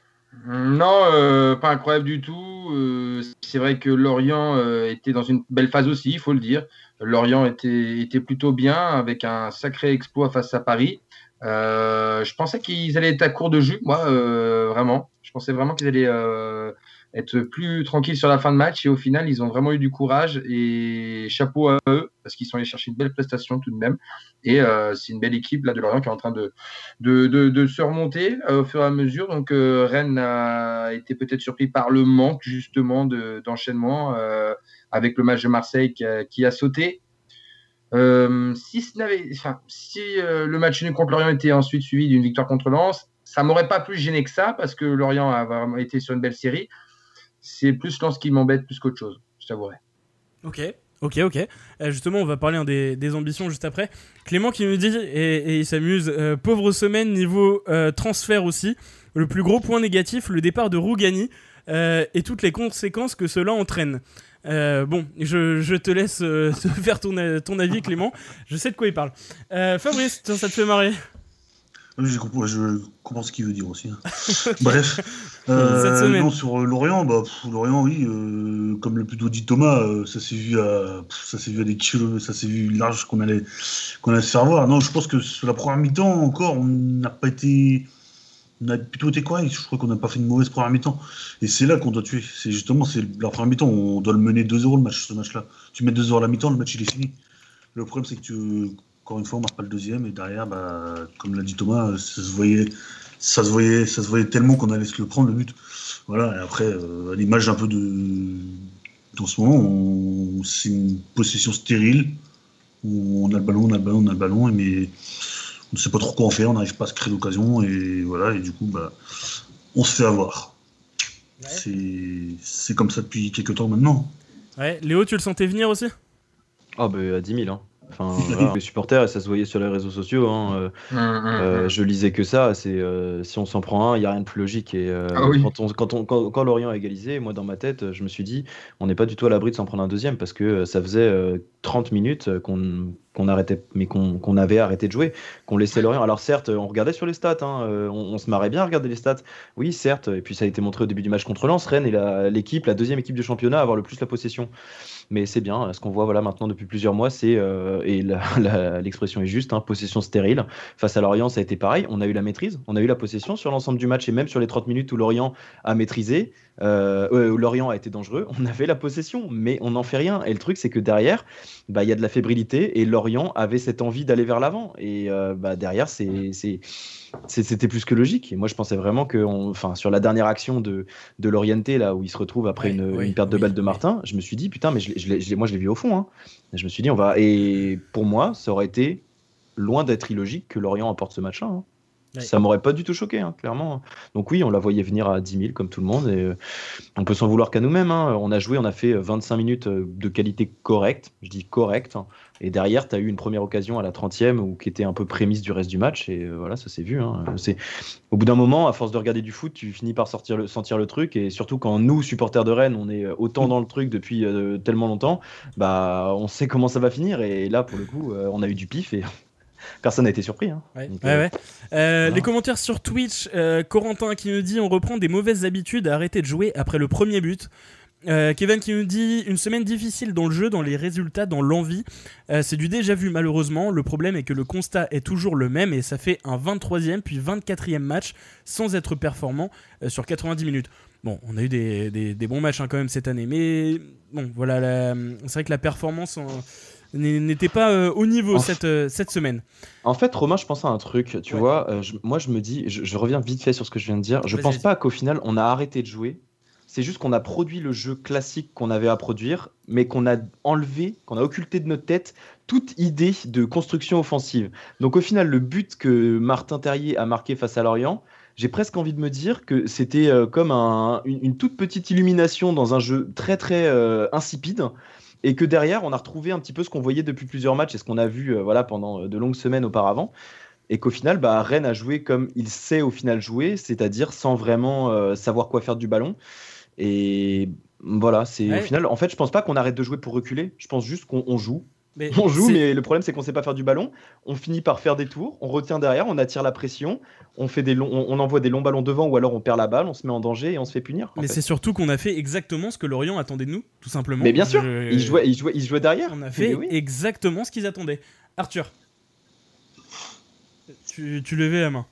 Speaker 5: Non, euh, pas incroyable du tout. Euh, c'est vrai que Lorient euh, était dans une belle phase aussi, il faut le dire. Lorient était, était plutôt bien avec un sacré exploit face à Paris. Euh, je pensais qu'ils allaient être à court de jus, moi, euh, vraiment. Je pensais vraiment qu'ils allaient euh, être plus tranquilles sur la fin de match et au final, ils ont vraiment eu du courage et chapeau à eux parce qu'ils sont allés chercher une belle prestation tout de même. Et euh, c'est une belle équipe là de Lorient qui est en train de, de, de, de se remonter euh, au fur et à mesure. Donc euh, Rennes a été peut-être surpris par le manque justement de, d'enchaînement euh, avec le match de Marseille qui a, qui a sauté. Euh, si ce n'avait, enfin, si euh, le match nul contre Lorient était ensuite suivi d'une victoire contre Lens, ça m'aurait pas plus gêné que ça parce que Lorient a vraiment été sur une belle série. C'est plus Lens qui m'embête plus qu'autre chose, je t'avouerai.
Speaker 4: Ok, ok, ok. Euh, justement, on va parler hein, des, des ambitions juste après. Clément qui nous dit, et, et il s'amuse, euh, pauvre semaine niveau euh, transfert aussi. Le plus gros point négatif, le départ de Rougani euh, et toutes les conséquences que cela entraîne. Euh, bon, je, je te laisse euh, te faire ton, ton avis, Clément. Je sais de quoi il parle. Euh, Fabrice, tiens, ça te fait marrer?
Speaker 7: Oui, j'ai compris- je comprends ce qu'il veut dire aussi. hein. Bref,
Speaker 4: Cette
Speaker 7: euh,
Speaker 4: semaine.
Speaker 7: non, sur euh, Lorient, bah, pff, Lorient, oui, euh, comme le plutôt dit Thomas, euh, ça s'est vu à, pff, ça s'est vu à des kilomètres, ça s'est vu large qu'on allait, qu'on allait se faire voir. Non, je pense que sur la première mi-temps encore, on n'a pas été, on a plutôt été correct. Je crois qu'on n'a pas fait une mauvaise première mi-temps. Et c'est là qu'on doit tuer. C'est justement, c'est la première mi-temps, on doit le mener deux zéro le match, ce match-là. Tu mets deux zéro à la mi-temps, le match il est fini. Le problème, c'est que tu, encore une fois, on marque pas le deuxième et derrière, bah, comme l'a dit Thomas, ça se voyait, ça se voyait, ça se voyait tellement qu'on allait se le prendre le but. Voilà. Et après, euh, à l'image un peu de, dans ce moment, on- c'est une possession stérile où on a le ballon, on a le ballon, on a le ballon, mais on ne sait pas trop quoi en faire, on n'arrive pas à se créer d'occasion et voilà. Et du coup, bah, on se fait avoir.
Speaker 4: Ouais.
Speaker 7: C'est, c'est comme ça depuis quelques temps maintenant.
Speaker 4: Ouais, Léo, tu le sentais venir aussi?
Speaker 6: Ah bah à dix mille, hein. Enfin, voilà, les supporters, et ça se voyait sur les réseaux sociaux. Hein, euh,
Speaker 5: Hum, hum,
Speaker 6: euh,
Speaker 5: hum.
Speaker 6: je lisais que ça. C'est euh, si on s'en prend un, il y a rien de plus logique. Et euh,
Speaker 5: Ah oui.
Speaker 6: quand, on, quand, on, quand, quand Lorient a égalisé, moi dans ma tête, je me suis dit, on n'est pas du tout à l'abri de s'en prendre un deuxième parce que euh, ça faisait euh, trente minutes qu'on qu'on arrêtait, mais qu'on qu'on avait arrêté de jouer, qu'on laissait Lorient. Alors certes, on regardait sur les stats, hein, euh, on, on se marrait bien à regarder les stats. Oui, certes. Et puis ça a été montré au début du match contre Lens. Rennes est la- l'équipe, la deuxième équipe du championnat à avoir le plus la possession. Mais c'est bien, ce qu'on voit voilà, maintenant depuis plusieurs mois, c'est, euh, et la- la- l'expression est juste, hein, possession stérile. Face à Lorient, ça a été pareil, on a eu la maîtrise, on a eu la possession sur l'ensemble du match et même sur les trente minutes où Lorient a maîtrisé. euh, euh, Lorient a été dangereux, on avait la possession, mais on n'en fait rien. Et le truc, c'est que derrière, bah, y a de la fébrilité et Lorient avait cette envie d'aller vers l'avant. Et euh, bah, derrière, c'est, c'est, c'est, c'était plus que logique. Et moi, je pensais vraiment que, on, enfin, sur la dernière action de, de Lorienté, là où il se retrouve après
Speaker 4: Ouais,
Speaker 6: une,
Speaker 4: oui,
Speaker 6: une perte de
Speaker 4: oui,
Speaker 6: balle de Martin, je me suis dit, putain, mais je, l'ai- je l'ai- je l'ai- moi, je l'ai vu au fond. Hein. Je me suis dit, on va. Et pour moi, ça aurait été loin d'être illogique que Lorient emporte ce match-là. Hein.
Speaker 4: Ouais.
Speaker 6: Ça m'aurait pas du tout choqué, hein, clairement. Donc oui, on la voyait venir à dix mille comme tout le monde. Et euh, on peut s'en vouloir qu'à nous-mêmes. Hein. On a joué, on a fait vingt-cinq minutes de qualité correcte. Je dis correcte. Hein. Et derrière, tu as eu une première occasion à la trentième où, qui était un peu prémisse du reste du match. Et euh, voilà, ça s'est vu. Hein. C'est... Au bout d'un moment, à force de regarder du foot, tu finis par sortir le, sentir le truc. Et surtout quand nous, supporters de Rennes, on est autant dans le truc depuis euh, tellement longtemps, bah, on sait comment ça va finir. Et là, pour le coup, euh, on a eu du pif et personne n'a été surpris. Hein.
Speaker 4: Ouais,
Speaker 6: Donc,
Speaker 4: ouais,
Speaker 6: euh,
Speaker 4: ouais. Euh,
Speaker 6: voilà.
Speaker 4: Les commentaires sur Twitch, euh, Corentin qui nous dit on reprend des mauvaises habitudes à arrêter de jouer après le premier but. Euh, Kevin qui nous dit une semaine difficile dans le jeu, dans les résultats, dans l'envie. Euh, c'est du déjà vu malheureusement. Le problème est que le constat est toujours le même et ça fait un vingt-troisième puis vingt-quatrième match sans être performant euh, sur quatre-vingt-dix minutes. Bon, on a eu des, des, des bons matchs hein, quand même cette année, mais bon, voilà, la, c'est vrai que la performance en, n'était pas euh, au niveau
Speaker 6: En
Speaker 4: cette, euh, cette semaine.
Speaker 6: En fait, Romain, je pense à un truc. Tu
Speaker 4: Ouais.
Speaker 6: vois, euh, je- moi, je me dis, je, je reviens vite fait sur ce que je viens de dire. Je
Speaker 4: Vas-y,
Speaker 6: pense
Speaker 4: vas-y.
Speaker 6: pas qu'au final, on a arrêté de jouer. C'est juste qu'on a produit le jeu classique qu'on avait à produire, mais qu'on a enlevé, qu'on a occulté de notre tête toute idée de construction offensive. Donc au final, le but que Martin Terrier a marqué face à Lorient, j'ai presque envie de me dire que c'était euh, comme un- une, une toute petite illumination dans un jeu très très euh, insipide. Et que derrière, on a retrouvé un petit peu ce qu'on voyait depuis plusieurs matchs et ce qu'on a vu euh, voilà, pendant de longues semaines auparavant. Et qu'au final, bah, Rennes a joué comme il sait au final jouer, c'est-à-dire sans vraiment euh, savoir quoi faire du ballon. Et voilà, c'est
Speaker 4: Ouais.
Speaker 6: au final, en fait, je pense pas qu'on arrête de jouer pour reculer. Je pense juste qu'on on joue.
Speaker 4: Mais
Speaker 6: On joue,
Speaker 4: c'est-
Speaker 6: mais le problème, c'est qu'on sait pas faire du ballon. On finit par faire des tours, on retient derrière, on attire la pression, on, fait des longs, on, on envoie des longs ballons devant ou alors on perd la balle, on se met en danger et on se fait punir. en
Speaker 4: Mais
Speaker 6: fait.
Speaker 4: c'est surtout qu'on a fait exactement ce que Lorient attendait de nous, tout simplement.
Speaker 6: Mais bien sûr,
Speaker 4: Je-
Speaker 6: il, jouait, il, jouait, il jouait derrière.
Speaker 4: On a
Speaker 6: Mais
Speaker 4: fait
Speaker 6: oui.
Speaker 4: exactement ce qu'ils attendaient. Arthur, tu, tu levais la main.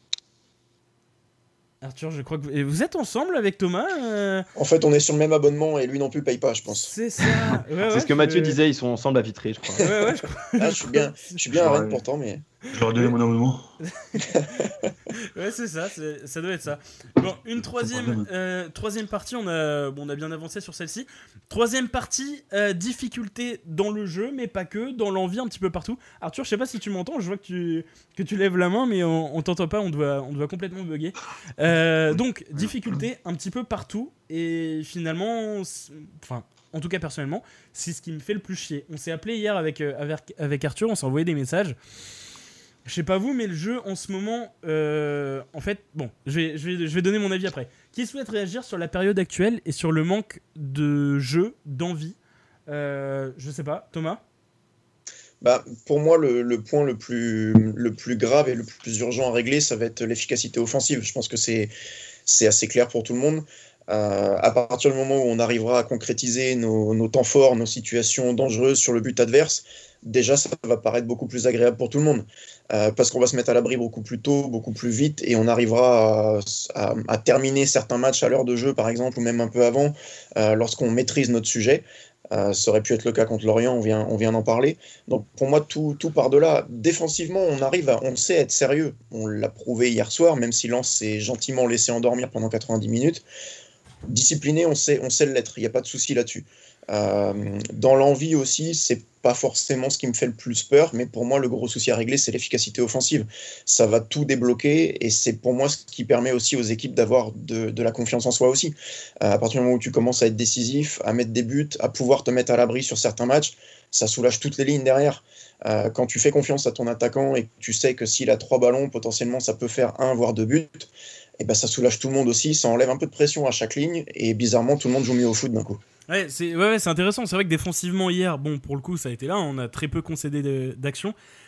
Speaker 4: Arthur, je crois que vous, et vous êtes ensemble avec Thomas euh,
Speaker 8: En fait, on est sur le même abonnement et lui non plus paye pas, je pense.
Speaker 4: C'est ça. Ouais, ouais,
Speaker 6: C'est ce que
Speaker 4: je-
Speaker 6: Mathieu disait, ils sont ensemble à Vitré, je crois.
Speaker 4: Ouais, ouais, je crois.
Speaker 8: Ah, je suis bien, je suis bien à Rennes pourtant, mais
Speaker 7: Je leur ai donné mon abonnement.
Speaker 4: Ouais, c'est ça, c'est- ça doit être ça. Bon, une troisième,
Speaker 7: problème.
Speaker 4: euh, troisième partie, on a, bon, on a bien avancé sur celle-ci. Troisième partie, euh, difficulté dans le jeu, mais pas que, dans l'envie un petit peu partout. Arthur, je sais pas si tu m'entends, je vois que tu, que tu lèves la main, mais on, on t'entend pas, on doit, on doit complètement bugger. Euh, donc, difficulté un petit peu partout, et finalement, c'est- enfin, en tout cas personnellement, c'est ce qui me fait le plus chier. On s'est appelé hier avec, euh, avec, avec Arthur, on s'est envoyé des messages. Je sais pas vous, mais le jeu en ce moment, euh, en fait, bon, je vais, je, vais, je vais donner mon avis après. Qui souhaite réagir sur la période actuelle et sur le manque de jeu, d'envie euh, Je sais pas, Thomas.
Speaker 8: bah, pour moi, le, le point le plus, le plus grave et le plus urgent à régler, ça va être l'efficacité offensive. Je pense que c'est, c'est assez clair pour tout le monde. Euh, à partir du moment où on arrivera à concrétiser nos, nos temps forts, nos situations dangereuses sur le but adverse, déjà ça va paraître beaucoup plus agréable pour tout le monde. Euh, parce qu'on va se mettre à l'abri beaucoup plus tôt, beaucoup plus vite, et on arrivera à, à, à terminer certains matchs à l'heure de jeu, par exemple, ou même un peu avant, euh, lorsqu'on maîtrise notre sujet. Euh, ça aurait pu être le cas contre Lorient, on vient, on vient d'en parler. Donc pour moi, tout, tout part de là. Défensivement, on arrive à, on sait être sérieux. On l'a prouvé hier soir, même si Lens s'est gentiment laissé endormir pendant quatre-vingt-dix minutes. Discipliné, on sait, on sait l'être, il n'y a pas de souci là-dessus. Euh, dans l'envie aussi, c'est pas forcément ce qui me fait le plus peur, mais pour moi, le gros souci à régler, c'est l'efficacité offensive. Ça va tout débloquer et c'est pour moi ce qui permet aussi aux équipes d'avoir de, de la confiance en soi aussi. Euh, à partir du moment où tu commences à être décisif, à mettre des buts, à pouvoir te mettre à l'abri sur certains matchs, ça soulage toutes les lignes derrière. Euh, quand tu fais confiance à ton attaquant et que tu sais que s'il a trois ballons, potentiellement ça peut faire un voire deux buts, et ben ça soulage tout le monde aussi, ça enlève un peu de pression à chaque ligne et bizarrement tout le monde joue mieux au foot d'un coup.
Speaker 4: Ouais, c'est ouais, ouais, c'est intéressant. C'est vrai que défensivement hier, bon, pour le coup, ça a été là. On a très peu concédé de- d'action.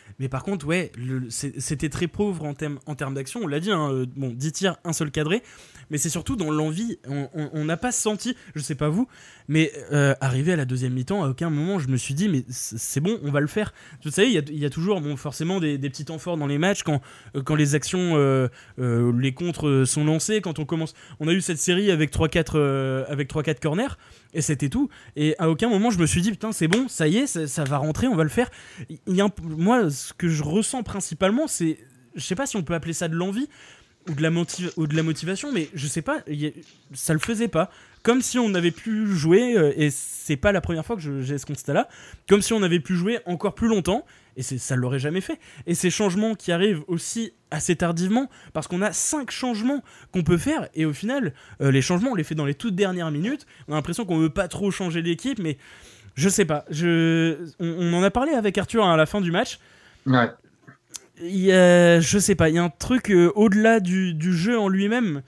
Speaker 4: Mais par contre, ouais, le, c'est, c'était très pauvre en termes en termes d'action. On l'a dit, hein, euh, bon, dix tirs, un seul cadré. Mais c'est surtout dans l'envie. On n'a pas senti, je sais pas vous, mais euh, arrivé à la deuxième mi-temps, à aucun moment je me suis dit, mais c'est bon, on va le faire. Vous savez, il y a, y a toujours bon, forcément des, des petits temps forts dans les matchs quand, euh, quand les actions, euh, euh, les contres sont lancés, quand on commence. On a eu cette série avec trois quatre euh, avec trois quatre corners, et c'était tout. Et à aucun moment je me suis dit, putain, c'est bon, ça y est, ça, ça va rentrer, on va le faire. Il y a un, moi, ce que je ressens principalement, c'est, je sais pas si on peut appeler ça de l'envie, ou de la motiv- ou de la motivation, mais je sais pas, y a, ça le faisait pas, comme si on avait pu jouer, euh, et c'est pas la première fois que je, j'ai ce constat là, comme si on avait pu jouer encore plus longtemps, et c'est, ça l'aurait jamais fait. Et ces changements qui arrivent aussi assez tardivement, parce qu'on a cinq changements qu'on peut faire, et au final euh, les changements on les fait dans les toutes dernières minutes. On a l'impression qu'on veut pas trop changer l'équipe, mais je sais pas, je... on, on en a parlé avec Arthur hein, à la fin du match.
Speaker 5: Ouais.
Speaker 4: Il y a, je sais pas, il y a un truc euh, au-delà du, du jeu en lui-même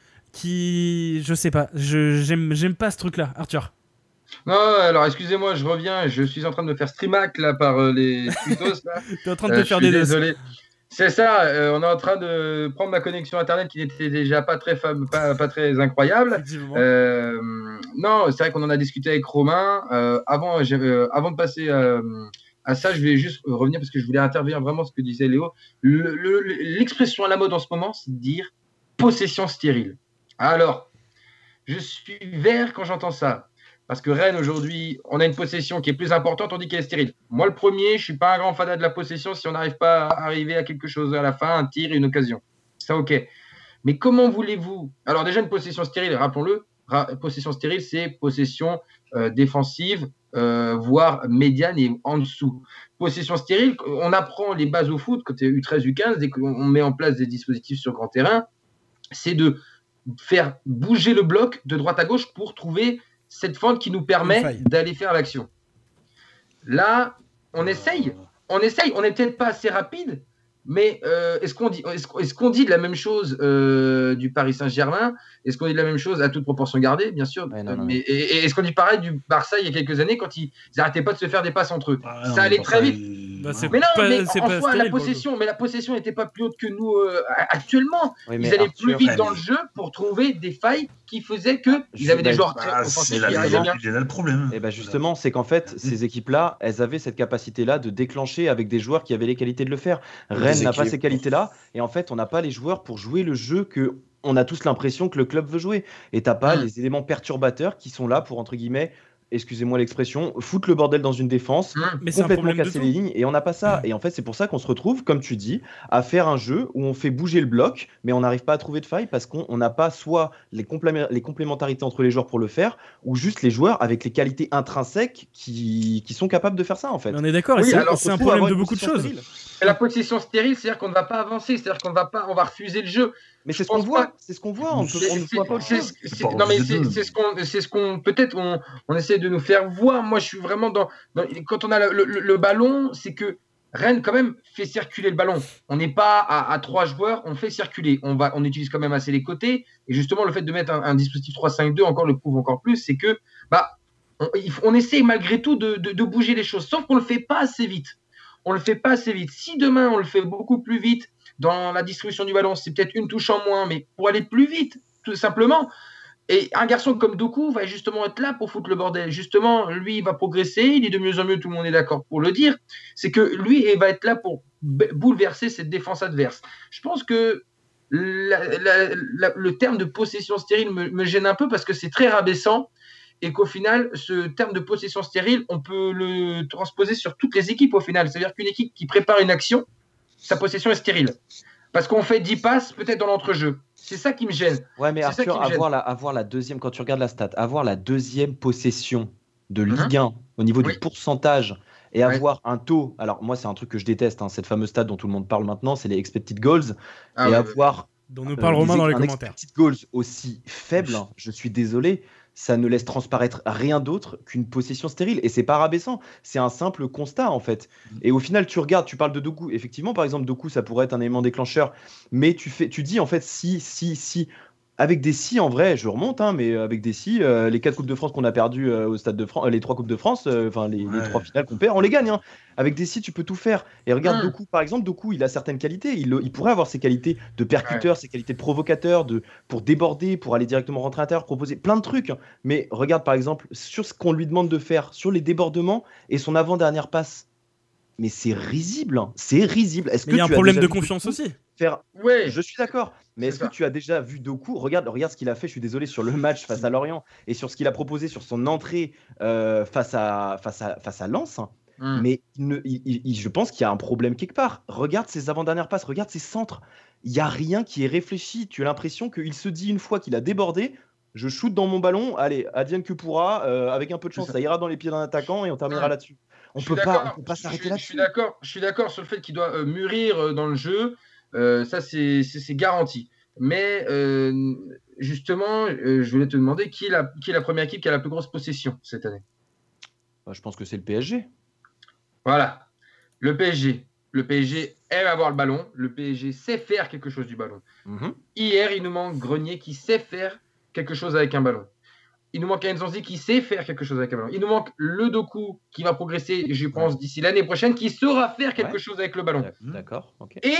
Speaker 4: qui, je sais pas, je, j'aime, j'aime pas ce truc-là, Arthur.
Speaker 5: Non, alors excusez-moi, je reviens, je suis en train de me faire streamac là par euh, les tweetos là.
Speaker 4: T'es en train de
Speaker 5: Euh,
Speaker 4: te
Speaker 5: je
Speaker 4: faire
Speaker 5: suis
Speaker 4: des
Speaker 5: désolé. C'est ça, euh, on est en train de prendre ma connexion internet qui n'était déjà pas très fam- pas, pas très incroyable.
Speaker 4: Effectivement.
Speaker 5: Euh, non, c'est vrai qu'on en a discuté avec Romain. Euh, avant, j'avais- euh, avant de passer euh, à ça, je voulais juste revenir parce que je voulais intervenir vraiment ce que disait Léo. Le- le- l'expression à la mode en ce moment, c'est de dire possession stérile. Alors, je suis vert quand j'entends ça. Parce que Rennes, aujourd'hui, on a une possession qui est plus importante, on dit qu'elle est stérile. Moi, le premier, je suis pas un grand fanat de la possession si on n'arrive pas à arriver à quelque chose à la fin, un tir, une occasion. Ça, ok. Mais comment voulez-vous... Alors déjà, une possession stérile, rappelons-le, ra- possession stérile, c'est possession euh, défensive, euh, voire médiane et en dessous. Possession stérile, on apprend les bases au foot, côté U treize, U quinze, dès qu'on met en place des dispositifs sur grand terrain, c'est de faire bouger le bloc de droite à gauche pour trouver cette fente qui nous
Speaker 4: Une
Speaker 5: permet
Speaker 4: faille.
Speaker 5: d'aller faire l'action. Là, on essaye, on essaye, on n'est peut-être pas assez rapide, mais euh, est-ce qu'on dit, est-ce, est-ce qu'on dit de la même chose euh, du Paris Saint-Germain? Est-ce qu'on dit de la même chose à toute proportion gardée, bien sûr?
Speaker 6: Ouais, non, non,
Speaker 5: mais, et, et est-ce qu'on dit pareil du Barça il y a quelques années quand ils n'arrêtaient pas de se faire des passes entre eux?
Speaker 7: Ah, non,
Speaker 5: Ça allait
Speaker 7: mais
Speaker 5: très
Speaker 7: enfin,
Speaker 5: vite.
Speaker 7: il-
Speaker 4: Bah, c'est
Speaker 5: Mais non,
Speaker 4: pas-
Speaker 5: mais
Speaker 4: c'est
Speaker 5: en
Speaker 4: pas
Speaker 5: soi,
Speaker 4: stérile,
Speaker 5: la
Speaker 4: pour le
Speaker 5: possession, mais la possession n'était pas plus haute que nous euh, actuellement.
Speaker 6: Oui,
Speaker 5: Ils
Speaker 6: mais
Speaker 5: allaient
Speaker 6: Arthur,
Speaker 5: plus vite
Speaker 7: ouais,
Speaker 5: dans
Speaker 7: mais-
Speaker 5: le jeu pour trouver des failles qui faisaient que
Speaker 6: Je
Speaker 5: ils avaient des
Speaker 6: suis
Speaker 5: joueurs
Speaker 6: d'accord.
Speaker 5: très
Speaker 7: Ah,
Speaker 5: offensifs
Speaker 7: c'est là,
Speaker 5: qui
Speaker 7: il
Speaker 5: arrivaient bien.
Speaker 7: est là le problème.
Speaker 6: Et ben justement, c'est qu'en fait, ces équipes-là, elles avaient cette capacité-là de déclencher avec des joueurs qui avaient les qualités de le faire. Rennes n'a pas
Speaker 8: équipes.
Speaker 6: ces qualités-là, et en fait, on n'a pas les joueurs pour jouer le jeu que on a tous l'impression que le club veut jouer. Et t'as pas
Speaker 5: Mm.
Speaker 6: les éléments perturbateurs qui sont là pour, entre guillemets, excusez-moi l'expression, foutre le bordel dans une défense,
Speaker 5: Mmh.
Speaker 4: Mais c'est un
Speaker 6: complètement
Speaker 4: problème de
Speaker 6: casser
Speaker 4: tout.
Speaker 6: les lignes, et on n'a pas ça. Et en fait, c'est pour ça qu'on se retrouve, comme tu dis, à faire un jeu où on fait bouger le bloc, mais on n'arrive pas à trouver de faille parce qu'on on n'a pas soit les, complé- les complémentarités entre les joueurs pour le faire, ou juste les joueurs avec les qualités intrinsèques qui, qui sont capables de faire ça, en fait.
Speaker 4: Mais on est d'accord, et
Speaker 5: Oui,
Speaker 4: c'est,
Speaker 5: alors,
Speaker 4: c'est un
Speaker 6: Surtout
Speaker 4: problème
Speaker 6: avoir
Speaker 4: de
Speaker 6: une
Speaker 4: beaucoup de
Speaker 6: position
Speaker 4: choses.
Speaker 6: stérile.
Speaker 5: Et la possession stérile, c'est-à-dire qu'on ne va pas avancer, c'est-à-dire qu'on va pas, on va refuser le jeu.
Speaker 6: Mais c'est
Speaker 5: Je
Speaker 6: ce qu'on
Speaker 5: pense
Speaker 6: voit,
Speaker 5: pas.
Speaker 6: c'est ce qu'on voit, on, peut,
Speaker 5: C'est-
Speaker 6: on ne
Speaker 5: c'est-
Speaker 6: voit pas autre
Speaker 5: c'est-
Speaker 6: chose.
Speaker 5: c'est-
Speaker 7: pas
Speaker 5: non mais
Speaker 7: refuser
Speaker 5: c'est
Speaker 7: le jeu.
Speaker 5: c'est ce qu'on, c'est ce qu'on, peut-être on, on essaie de nous faire voir. Moi, je suis vraiment dans, dans- quand on a le, le- le ballon, c'est que Rennes quand même fait circuler le ballon. On n'est pas à, à trois joueurs, on fait circuler. On va, on utilise quand même assez les côtés. Et justement, le fait de mettre un, un dispositif trois cinq deux encore le prouve encore plus, c'est que bah on, il faut- on essaye malgré tout de, de, de bouger les choses, sauf qu'on le fait pas assez vite. On le fait pas assez vite. Si demain on le fait beaucoup plus vite dans la distribution du ballon, c'est peut-être une touche en moins, mais pour aller plus vite, tout simplement. Et un garçon comme Doku va justement être là pour foutre le bordel. Justement, lui, il va progresser, il est de mieux en mieux, tout le monde est d'accord pour le dire. C'est que lui, il va être là pour b- bouleverser cette défense adverse. Je pense que la- la- la- le terme de possession stérile me, me gêne un peu parce que c'est très rabaissant et qu'au final, ce terme de possession stérile, on peut le transposer sur toutes les équipes au final. C'est-à-dire qu'une équipe qui prépare une action, sa possession est stérile. Parce qu'on fait dix passes peut-être dans l'entrejeu. C'est ça qui me gêne.
Speaker 6: Ouais, mais
Speaker 5: C'est ça
Speaker 6: Arthur,
Speaker 5: qui me gêne.
Speaker 6: avoir la, avoir la deuxième, quand tu regardes la stat, avoir la deuxième possession de Ligue un au niveau
Speaker 5: Oui.
Speaker 6: du pourcentage et
Speaker 5: Ouais.
Speaker 6: avoir un taux, alors moi c'est un truc que je déteste, hein, cette fameuse stat dont tout le monde parle maintenant, c'est les expected goals,
Speaker 5: Ah
Speaker 6: et
Speaker 5: ouais,
Speaker 6: avoir
Speaker 4: Dont nous
Speaker 6: euh,
Speaker 4: parle Romain
Speaker 6: des-
Speaker 4: dans les
Speaker 6: un
Speaker 4: commentaires.
Speaker 6: expected goals aussi faible, hein, je suis désolé, ça ne laisse transparaître rien d'autre qu'une possession stérile. Et c'est pas rabaissant, c'est un simple constat en fait. Et au final, tu regardes, tu parles de Doku. Effectivement, par exemple, Doku, ça pourrait être un élément déclencheur, mais tu, fais, tu dis en fait, si, si, si avec des si, en vrai, je remonte, hein, mais avec des si, euh, les quatre Coupes de France qu'on a perdues euh, au Stade de France, euh, les trois Coupes de France, enfin euh, les,
Speaker 7: Ouais.
Speaker 6: les trois finales qu'on perd, on les gagne. Hein. Avec des si, tu peux tout faire. Et regarde
Speaker 5: Mmh.
Speaker 6: Doku, par exemple, Doku, il a certaines qualités. Il, il pourrait avoir ses qualités de percuteur, ses qualités de provocateur, de, pour déborder, pour aller directement rentrer à l'intérieur, proposer plein de trucs. Mais regarde, par exemple, sur ce qu'on lui demande de faire, sur les débordements et son avant-dernière passe. Mais c'est risible, hein. C'est risible. Est-ce
Speaker 4: Mais
Speaker 6: que
Speaker 4: il y a un
Speaker 6: tu as
Speaker 4: problème
Speaker 6: déjà
Speaker 4: de
Speaker 6: vu
Speaker 4: confiance
Speaker 6: Doku
Speaker 4: aussi.
Speaker 6: faire
Speaker 5: Ouais.
Speaker 6: Je suis d'accord, mais
Speaker 5: C'est
Speaker 6: est-ce
Speaker 5: ça.
Speaker 6: que tu as déjà vu Doku? Regarde, regarde ce qu'il a fait, je suis désolé, sur le match face à Lorient et sur ce qu'il a proposé sur son entrée euh, face, à, face, à, face à Lens. hein.
Speaker 5: Mmh.
Speaker 6: Mais il ne- il- il- il- je pense qu'il y a un problème quelque part. Regarde ses avant-dernières passes, regarde ses centres. Il n'y a rien qui est réfléchi. Tu as l'impression qu'il se dit une fois qu'il a débordé, je shoot dans mon ballon, allez, advienne que pourra, euh, avec un peu de chance, ça ira dans les pieds d'un attaquant et on terminera
Speaker 5: Mmh.
Speaker 6: là-dessus. On
Speaker 5: Je
Speaker 6: peut
Speaker 5: suis
Speaker 6: pas,
Speaker 5: d'accord.
Speaker 6: on peut pas
Speaker 5: Je
Speaker 6: s'arrêter
Speaker 5: suis-
Speaker 6: là-dessus.
Speaker 5: Je suis d'accord. Je suis d'accord sur le fait qu'il doit euh, mûrir euh, dans le jeu. Euh, ça, c'est c'est- c'est garanti. Mais euh, justement, euh, je voulais te demander qui est, la, qui est la première équipe qui a la plus grosse possession cette année.
Speaker 6: Bah, je pense que c'est le P S G.
Speaker 5: Voilà. Le P S G. Le P S G aime avoir le ballon. Le P S G sait faire quelque chose du ballon.
Speaker 6: Mhm.
Speaker 5: Hier, il nous manque Grenier qui sait faire quelque chose avec un ballon. Il nous manque Nzonzi qui sait faire quelque chose avec un ballon. Il nous manque le Doku qui va progresser, je pense, d'ici l'année prochaine, qui saura faire quelque
Speaker 6: Ouais.
Speaker 5: chose avec le ballon.
Speaker 6: D'ac- D'accord, ok.
Speaker 5: Et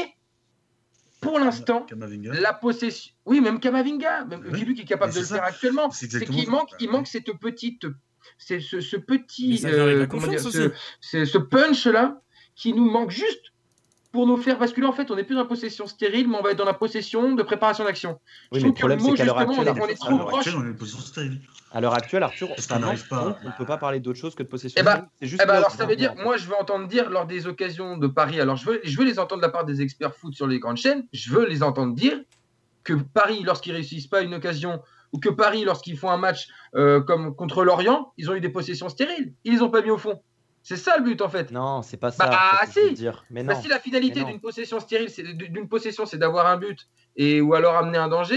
Speaker 5: pour l'instant,
Speaker 7: Kamavinga.
Speaker 5: la possession. Oui, même Kamavinga, même
Speaker 7: Oui.
Speaker 5: c'est lui qui est capable
Speaker 7: Mais
Speaker 5: de le
Speaker 7: c'est
Speaker 5: faire
Speaker 7: ça.
Speaker 5: actuellement.
Speaker 7: C'est
Speaker 5: C'est
Speaker 7: exactement
Speaker 5: qu'il
Speaker 7: ça.
Speaker 5: manque, il
Speaker 7: Bah,
Speaker 5: manque cette petite, c'est ce, ce
Speaker 4: Mais
Speaker 5: petit,
Speaker 4: ça vient avec la
Speaker 5: comment
Speaker 4: confiance
Speaker 5: dire,
Speaker 4: aussi.
Speaker 5: ce, ce, ce punch là qui nous manque juste pour nous faire basculer. En fait, on n'est plus dans la possession stérile, mais on va être dans la possession de préparation d'action.
Speaker 6: Oui,
Speaker 5: Je
Speaker 6: mais le
Speaker 5: trouve que
Speaker 6: problème,
Speaker 5: le mot,
Speaker 6: c'est qu'à l'heure
Speaker 5: justement,
Speaker 6: actuelle,
Speaker 5: on est, on est
Speaker 6: à
Speaker 5: trop
Speaker 6: l'heure
Speaker 5: proche.
Speaker 7: Actuellement, on est en position stérile.
Speaker 6: À l'heure actuelle, Arthur,
Speaker 7: Parce
Speaker 6: ça
Speaker 7: qu'on
Speaker 6: marche,
Speaker 7: n'arrive pas à-
Speaker 6: donc on ne peut pas parler d'autre chose que de possession.
Speaker 5: Eh ben,
Speaker 6: c'est juste
Speaker 5: Eh ben
Speaker 6: là
Speaker 5: alors
Speaker 6: où
Speaker 5: ça
Speaker 6: on
Speaker 5: veut
Speaker 6: en
Speaker 5: dire,
Speaker 6: vient.
Speaker 5: moi je veux entendre dire lors des occasions de Paris, alors je veux, je veux les entendre de la part des experts foot sur les grandes chaînes, je veux les entendre dire que Paris, lorsqu'ils réussissent pas une occasion, ou que Paris, lorsqu'ils font un match euh, comme contre Lorient, ils ont eu des possessions stériles, ils les ont pas mis au fond. C'est ça le but en fait.
Speaker 6: Non, c'est pas ça.
Speaker 5: Bah,
Speaker 6: c'est ce que je veux
Speaker 5: si.
Speaker 6: dire. Mais
Speaker 5: Bah,
Speaker 6: non.
Speaker 5: si la finalité
Speaker 6: Mais non.
Speaker 5: d'une possession stérile, c'est d'une possession, c'est d'avoir un but et ou alors amener un danger,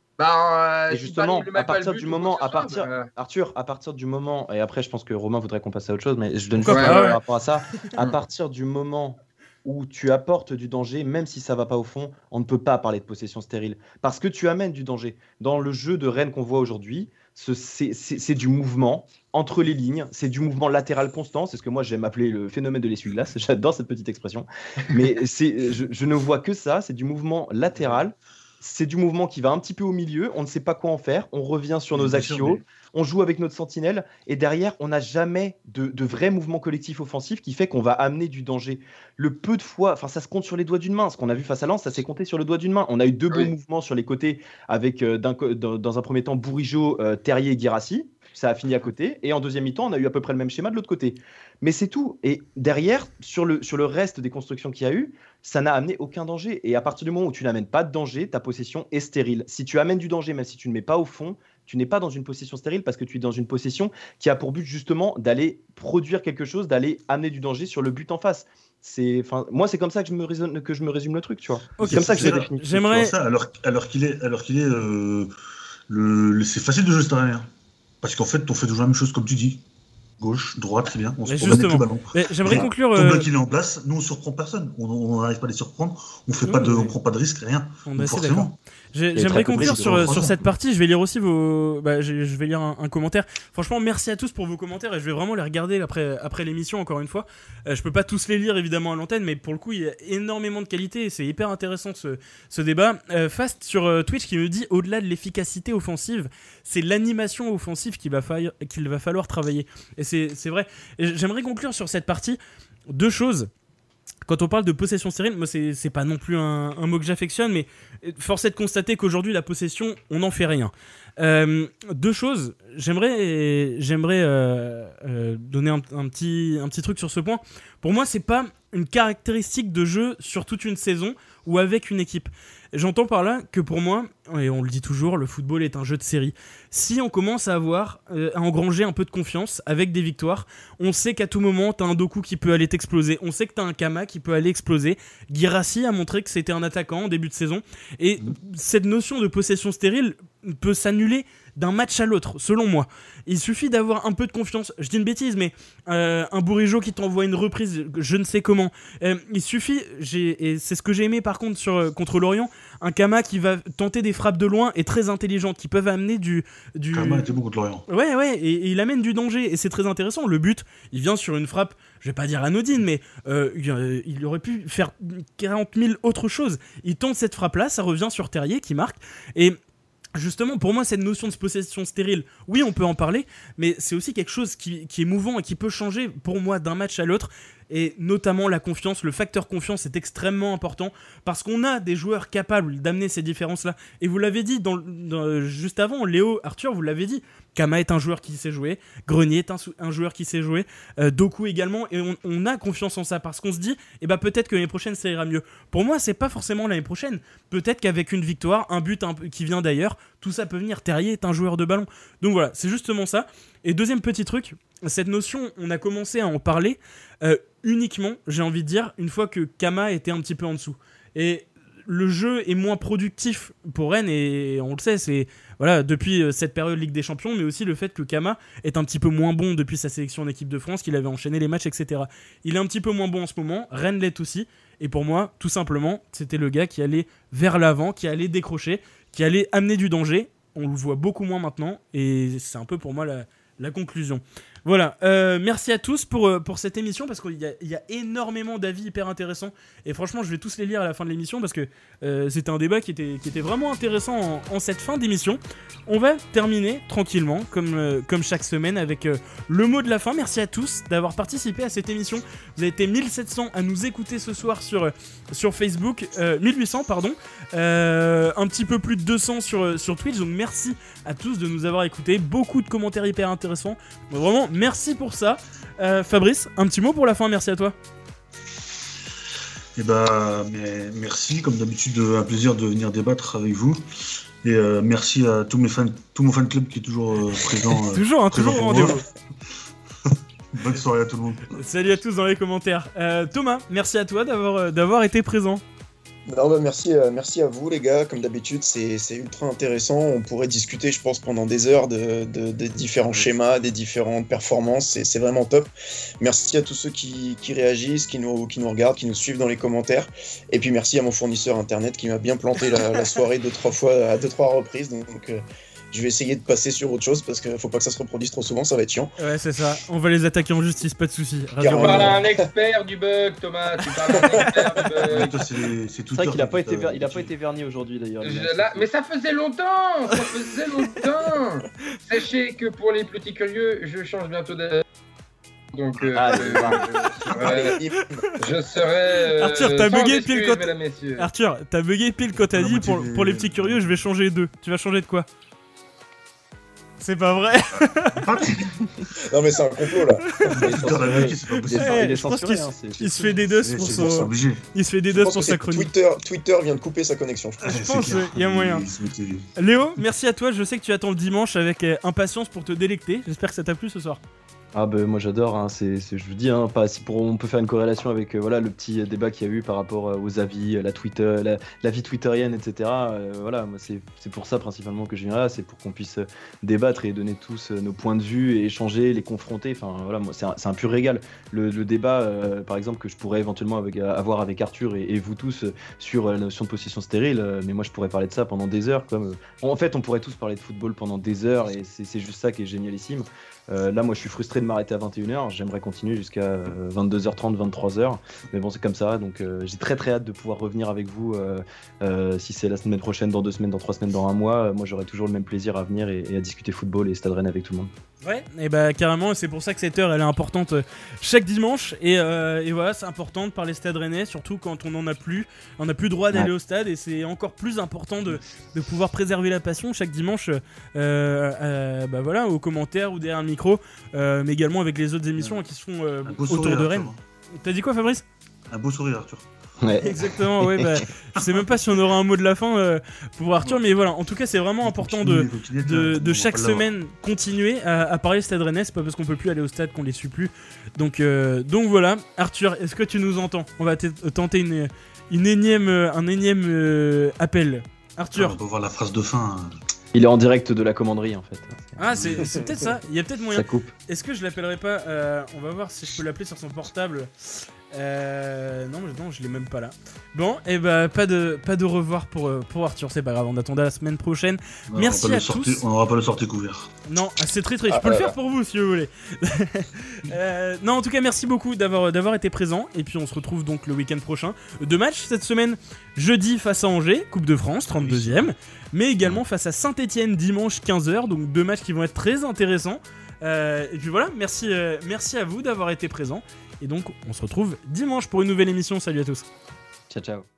Speaker 5: bah
Speaker 6: Et
Speaker 5: si
Speaker 6: justement,
Speaker 5: Paris ne met
Speaker 6: à
Speaker 5: pas le
Speaker 6: partir
Speaker 5: but
Speaker 6: du
Speaker 5: ou
Speaker 6: moment,
Speaker 5: quoi
Speaker 6: à
Speaker 5: que ce soit,
Speaker 6: partir,
Speaker 5: bah,
Speaker 6: Arthur, à partir du moment, et après je pense que Romain voudrait qu'on passe à autre chose, mais je donne
Speaker 4: Pourquoi
Speaker 6: juste
Speaker 5: pas,
Speaker 6: un
Speaker 5: ouais.
Speaker 6: par rapport à ça. À partir du moment où tu apportes du danger, même si ça va pas au fond, on ne peut pas parler de possession stérile. Parce que tu amènes du danger. Dans le jeu de Rennes qu'on voit aujourd'hui, ce- c'est c'est- c'est du mouvement entre les lignes, c'est du mouvement latéral constant, c'est ce que moi j'aime appeler le phénomène de l'essuie-glace, j'adore cette petite expression. Mais c'est- je, je ne vois que ça, c'est du mouvement latéral, c'est du mouvement qui va un petit peu au milieu, on ne sait pas quoi en faire, on revient sur nos
Speaker 7: Bien sûr,
Speaker 6: axiaux,
Speaker 7: mais-
Speaker 6: on joue avec notre sentinelle, et derrière, on n'a jamais de, de vrai mouvement collectif offensif qui fait qu'on va amener du danger. Le peu de fois, enfin ça se compte sur les doigts d'une main, ce qu'on a vu face à Lens, ça s'est compté sur le doigt d'une main. On a eu deux beaux
Speaker 5: Oui.
Speaker 6: mouvements sur les côtés avec, euh, d'un co- dans, dans un premier temps, Bourigeaud, euh, Terrier et Guirassy, ça a fini à côté, et en deuxième mi-temps, on a eu à peu près le même schéma de l'autre côté. Mais c'est tout. Et derrière, sur le, sur le reste des constructions qu'il y a eu, ça n'a amené aucun danger. Et à partir du moment où tu n'amènes pas de danger, ta possession est stérile. Si tu amènes du danger, même si tu ne mets pas au fond, tu n'es pas dans une possession stérile parce que tu es dans une possession qui a pour but justement d'aller produire quelque chose, d'aller amener du danger sur le but en face. C'est, enfin, moi, c'est comme ça que je me résume, que je me résume le truc, tu vois.
Speaker 4: Ok,
Speaker 6: c'est comme ça que je
Speaker 7: c'est
Speaker 6: l'ai
Speaker 7: ça.
Speaker 6: défini.
Speaker 4: J'aimerais.
Speaker 7: C'est ça, alors, alors qu'il est, alors qu'il est, euh, le, le- c'est facile de jouer cette année, hein. Parce qu'en fait, on fait toujours la même chose comme tu dis, gauche, droite, c'est bien, on se
Speaker 4: Mais
Speaker 7: promène avec le
Speaker 4: justement,
Speaker 7: ballon.
Speaker 4: Mais j'aimerais
Speaker 7: Et
Speaker 4: conclure.
Speaker 7: Ton
Speaker 4: euh,
Speaker 7: bloc il est en place, nous on surprend personne, on on n'arrive pas à les surprendre, on fait
Speaker 4: Oui,
Speaker 7: pas de,
Speaker 4: oui.
Speaker 7: on prend pas de risque, rien.
Speaker 4: On est
Speaker 7: Donc
Speaker 4: assez
Speaker 7: forcément.
Speaker 4: d'accord. J'ai-
Speaker 6: Et
Speaker 4: J'aimerais
Speaker 6: très peu de
Speaker 4: conclure
Speaker 6: risques
Speaker 4: sur,
Speaker 7: de
Speaker 4: sur
Speaker 7: reprendre.
Speaker 4: cette partie. Je vais lire aussi vos. Bah, je, je vais lire un, un commentaire. Franchement, merci à tous pour vos commentaires et je vais vraiment les regarder après, après l'émission. Encore une fois, euh, je peux pas tous les lire évidemment à l'antenne, mais pour le coup, il y a énormément de qualité et c'est hyper intéressant ce, ce débat. Euh, Fast sur euh, Twitch qui me dit au-delà de l'efficacité offensive, c'est l'animation offensive qu'il va, faille- qu'il va falloir travailler. Et c'est c'est vrai. Et j'aimerais conclure sur cette partie deux choses. Quand on parle de possession stérile, moi c'est c'est pas non plus un, un mot que j'affectionne, mais force est de constater qu'aujourd'hui la possession, on n'en fait rien. Euh, deux choses, j'aimerais j'aimerais euh, euh, donner un, un petit un petit truc sur ce point. Pour moi, c'est pas une caractéristique de jeu sur toute une saison ou avec une équipe. J'entends par là que pour moi, et on le dit toujours, le football est un jeu de série. Si on commence à avoir, euh, à engranger un peu de confiance avec des victoires, on sait qu'à tout moment, t'as un Doku qui peut aller t'exploser. On sait que t'as un Kama qui peut aller exploser. Guirassy a montré que c'était un attaquant en début de saison. Et cette notion de possession stérile, peut s'annuler d'un match à l'autre, selon moi. Il suffit d'avoir un peu de confiance. Je dis une bêtise, mais euh, un Bourigeaud qui t'envoie une reprise, je ne sais comment. Euh, il suffit, j'ai, et c'est ce que j'ai aimé par contre sur, contre Lorient, un Kama qui va tenter des frappes de loin et très intelligentes, qui peuvent amener du... du...
Speaker 7: Kama était bon contre Lorient.
Speaker 4: Ouais, ouais, et, et il amène du danger, et c'est très intéressant. Le but, il vient sur une frappe, je vais pas dire anodine, mais euh, il aurait pu faire quarante mille autres choses. Il tente cette frappe-là, ça revient sur Terrier qui marque, et... Justement, pour moi, cette notion de possession stérile, oui, on peut en parler, mais c'est aussi quelque chose qui, qui est mouvant et qui peut changer, pour moi, d'un match à l'autre. Et notamment la confiance, le facteur confiance est extrêmement important parce qu'on a des joueurs capables d'amener ces différences-là. Et vous l'avez dit dans, dans, juste avant, Léo, Arthur, vous l'avez dit, Kama est un joueur qui sait jouer, Grenier est un, un joueur qui sait jouer, euh, Doku également, et on, on a confiance en ça parce qu'on se dit, eh ben, peut-être que l'année prochaine ça ira mieux. Pour moi, c'est pas forcément l'année prochaine, peut-être qu'avec une victoire, un but un, qui vient d'ailleurs, tout ça peut venir. Terrier est un joueur de ballon. Donc voilà, c'est justement ça. Et deuxième petit truc, cette notion, on a commencé à en parler euh, uniquement, j'ai envie de dire, une fois que Kama était un petit peu en dessous. Et le jeu est moins productif pour Rennes, et on le sait, c'est voilà, depuis cette période Ligue des Champions, mais aussi le fait que Kama est un petit peu moins bon depuis sa sélection en équipe de France, qu'il avait enchaîné les matchs, et cetera. Il est un petit peu moins bon en ce moment, Rennes l'est aussi, et pour moi, tout simplement, c'était le gars qui allait vers l'avant, qui allait décrocher, qui allait amener du danger. On le voit beaucoup moins maintenant, et c'est un peu pour moi la, la conclusion. Voilà, euh, merci à tous pour, euh, pour cette émission, parce qu'il y a, il y a énormément d'avis hyper intéressants, et franchement je vais tous les lire à la fin de l'émission, parce que euh, c'était un débat qui était, qui était vraiment intéressant en, en cette fin d'émission. On va terminer tranquillement, comme, euh, comme chaque semaine, avec euh, le mot de la fin. Merci à tous d'avoir participé à cette émission. Vous avez été mille sept cents à nous écouter ce soir sur, sur Facebook, euh, mille huit cents pardon, euh, un petit peu plus de deux cents sur, sur Twitch, donc merci à tous de nous avoir écoutés, beaucoup de commentaires hyper intéressants, donc, vraiment merci pour ça. euh, Fabrice, un petit mot pour la fin, merci à toi.
Speaker 7: Et bah, mais merci, comme d'habitude, un plaisir de venir débattre avec vous. Et euh, merci à tous mes fans, tout mon fan club qui est toujours euh, présent. Euh,
Speaker 4: toujours, hein,
Speaker 7: présent
Speaker 4: toujours au
Speaker 7: pour
Speaker 4: rendez-vous.
Speaker 7: Bonne soirée à tout le monde.
Speaker 4: Salut à tous dans les commentaires. Euh, Thomas, merci à toi d'avoir, euh, d'avoir été présent.
Speaker 8: Non, bah merci, euh, merci à vous les gars, comme d'habitude c'est, c'est ultra intéressant, on pourrait discuter je pense pendant des heures de, de, de différents schémas, des différentes performances, c'est, c'est vraiment top. Merci à tous ceux qui, qui réagissent, qui nous, qui nous regardent, qui nous suivent dans les commentaires, et puis merci à mon fournisseur internet qui m'a bien planté la, la soirée deux trois fois, à deux trois reprises, donc, donc euh, je vais essayer de passer sur autre chose parce qu'il faut pas que ça se reproduise trop souvent, ça va être chiant.
Speaker 4: Ouais, c'est ça, on va les attaquer en justice, pas de soucis.
Speaker 5: Tu parles à un expert du bug, Thomas, tu parles à un expert du bug.
Speaker 7: Toi, c'est, c'est, tout
Speaker 6: C'est vrai qu'il a pas été, ver... il a pas été verni aujourd'hui d'ailleurs.
Speaker 5: Je, là, mais ça faisait longtemps, ça faisait longtemps. Sachez que pour les petits curieux, je change bientôt de... Donc, euh,
Speaker 6: ah,
Speaker 5: euh, je serai... Je serai euh,
Speaker 4: Arthur, t'as bugué pile quand...
Speaker 5: messieurs.
Speaker 4: Arthur, t'as bugué pile quand t'as
Speaker 7: non,
Speaker 4: dit pour, pour les petits curieux, je vais changer d'eux. Tu vas changer de quoi? C'est pas vrai.
Speaker 8: Non mais c'est un complot là.
Speaker 4: Je pense qu'il
Speaker 6: hein,
Speaker 4: il se fait des deux pour son... Il se fait des deux pour sa chronique.
Speaker 8: Twitter, Twitter vient de couper sa connexion. Je pense,
Speaker 4: je pense qu'il y a moyen. Léo, merci à toi. Je sais que tu attends le dimanche avec impatience pour te délecter. J'espère que ça t'a plu ce soir.
Speaker 6: Ah bah moi j'adore, hein, c'est, c'est, je vous dis, hein, pas, si pour, on peut faire une corrélation avec euh, voilà, le petit débat qu'il y a eu par rapport euh, aux avis, la, Twitter, la, la vie twitterienne, et cetera. Euh, voilà, moi c'est, c'est pour ça principalement que je viens là, c'est pour qu'on puisse euh, débattre et donner tous euh, nos points de vue et échanger, les confronter. Enfin voilà, moi c'est un, c'est un pur régal. Le, le débat, euh, par exemple, que je pourrais éventuellement avec, avoir avec Arthur et, et vous tous euh, sur euh, la notion de possession stérile, euh, mais moi je pourrais parler de ça pendant des heures. Comme, euh, en fait, on pourrait tous parler de football pendant des heures et c'est, c'est juste ça qui est génialissime. Euh, là, moi, je suis frustré de m'arrêter à vingt et une heures. J'aimerais continuer jusqu'à euh, vingt-deux heures trente, vingt-trois heures. Mais bon, c'est comme ça. Donc, euh, j'ai très très hâte de pouvoir revenir avec vous. Euh, euh, si c'est la semaine prochaine, dans deux semaines, dans trois semaines, dans un mois, euh, moi, j'aurai toujours le même plaisir à venir et, et à discuter football et Stade Rennais avec tout le monde.
Speaker 4: Ouais, et bah carrément, c'est pour ça que cette heure elle est importante euh, chaque dimanche. Et, euh, et voilà, c'est important de parler Stade Rennais, surtout quand on en a plus, on n'a plus droit d'aller ouais. au stade, et c'est encore plus important de, de pouvoir préserver la passion chaque dimanche. Euh, euh, bah voilà, aux commentaires ou derrière le micro, euh, mais également avec les autres émissions ouais. qui sont euh, autour sourire, de Rennes. Arthur. T'as dit quoi, Fabrice?
Speaker 7: Un beau sourire, Arthur.
Speaker 6: Ouais.
Speaker 4: Exactement, ouais, bah, je sais même pas si on aura un mot de la fin euh, pour Arthur, mais voilà, en tout cas c'est vraiment important de, de, de chaque semaine continuer à, à parler Stade Rennais. C'est pas parce qu'on peut plus aller au stade qu'on les suit plus. Donc, euh, donc voilà, Arthur, est-ce que tu nous entends? On va t- tenter une, une énième, un énième euh, appel. Arthur.
Speaker 7: Ah, on va voir la phrase de fin.
Speaker 6: Il est en direct de la commanderie en fait.
Speaker 4: Ah, c'est, c'est peut-être ça, il y a peut-être moyen.
Speaker 6: Ça coupe.
Speaker 4: Est-ce que je l'appellerai pas euh, on va voir si je peux l'appeler sur son portable. Euh, non, non, je l'ai même pas là. Bon, et bah pas de pas de revoir pour pour Arthur, c'est pas grave. On attendait la semaine prochaine.
Speaker 7: On
Speaker 4: Merci à
Speaker 7: sorti,
Speaker 4: tous.
Speaker 7: On n'aura pas le sortie couvert.
Speaker 4: Non, ah, c'est très très. Je
Speaker 8: Ah,
Speaker 4: peux le
Speaker 8: euh,
Speaker 4: faire pour vous si vous voulez. euh, non, en tout cas, merci beaucoup d'avoir d'avoir été présent. Et puis on se retrouve donc le week-end prochain. Deux matchs cette semaine. Jeudi face à Angers, Coupe de France, trente-deuxième. Mais également face à Saint-Etienne dimanche quinze heures. Donc deux matchs qui vont être très intéressants. Euh, et puis voilà, merci euh, merci à vous d'avoir été présents. Et donc on se retrouve dimanche pour une nouvelle émission. Salut à tous.
Speaker 6: Ciao ciao.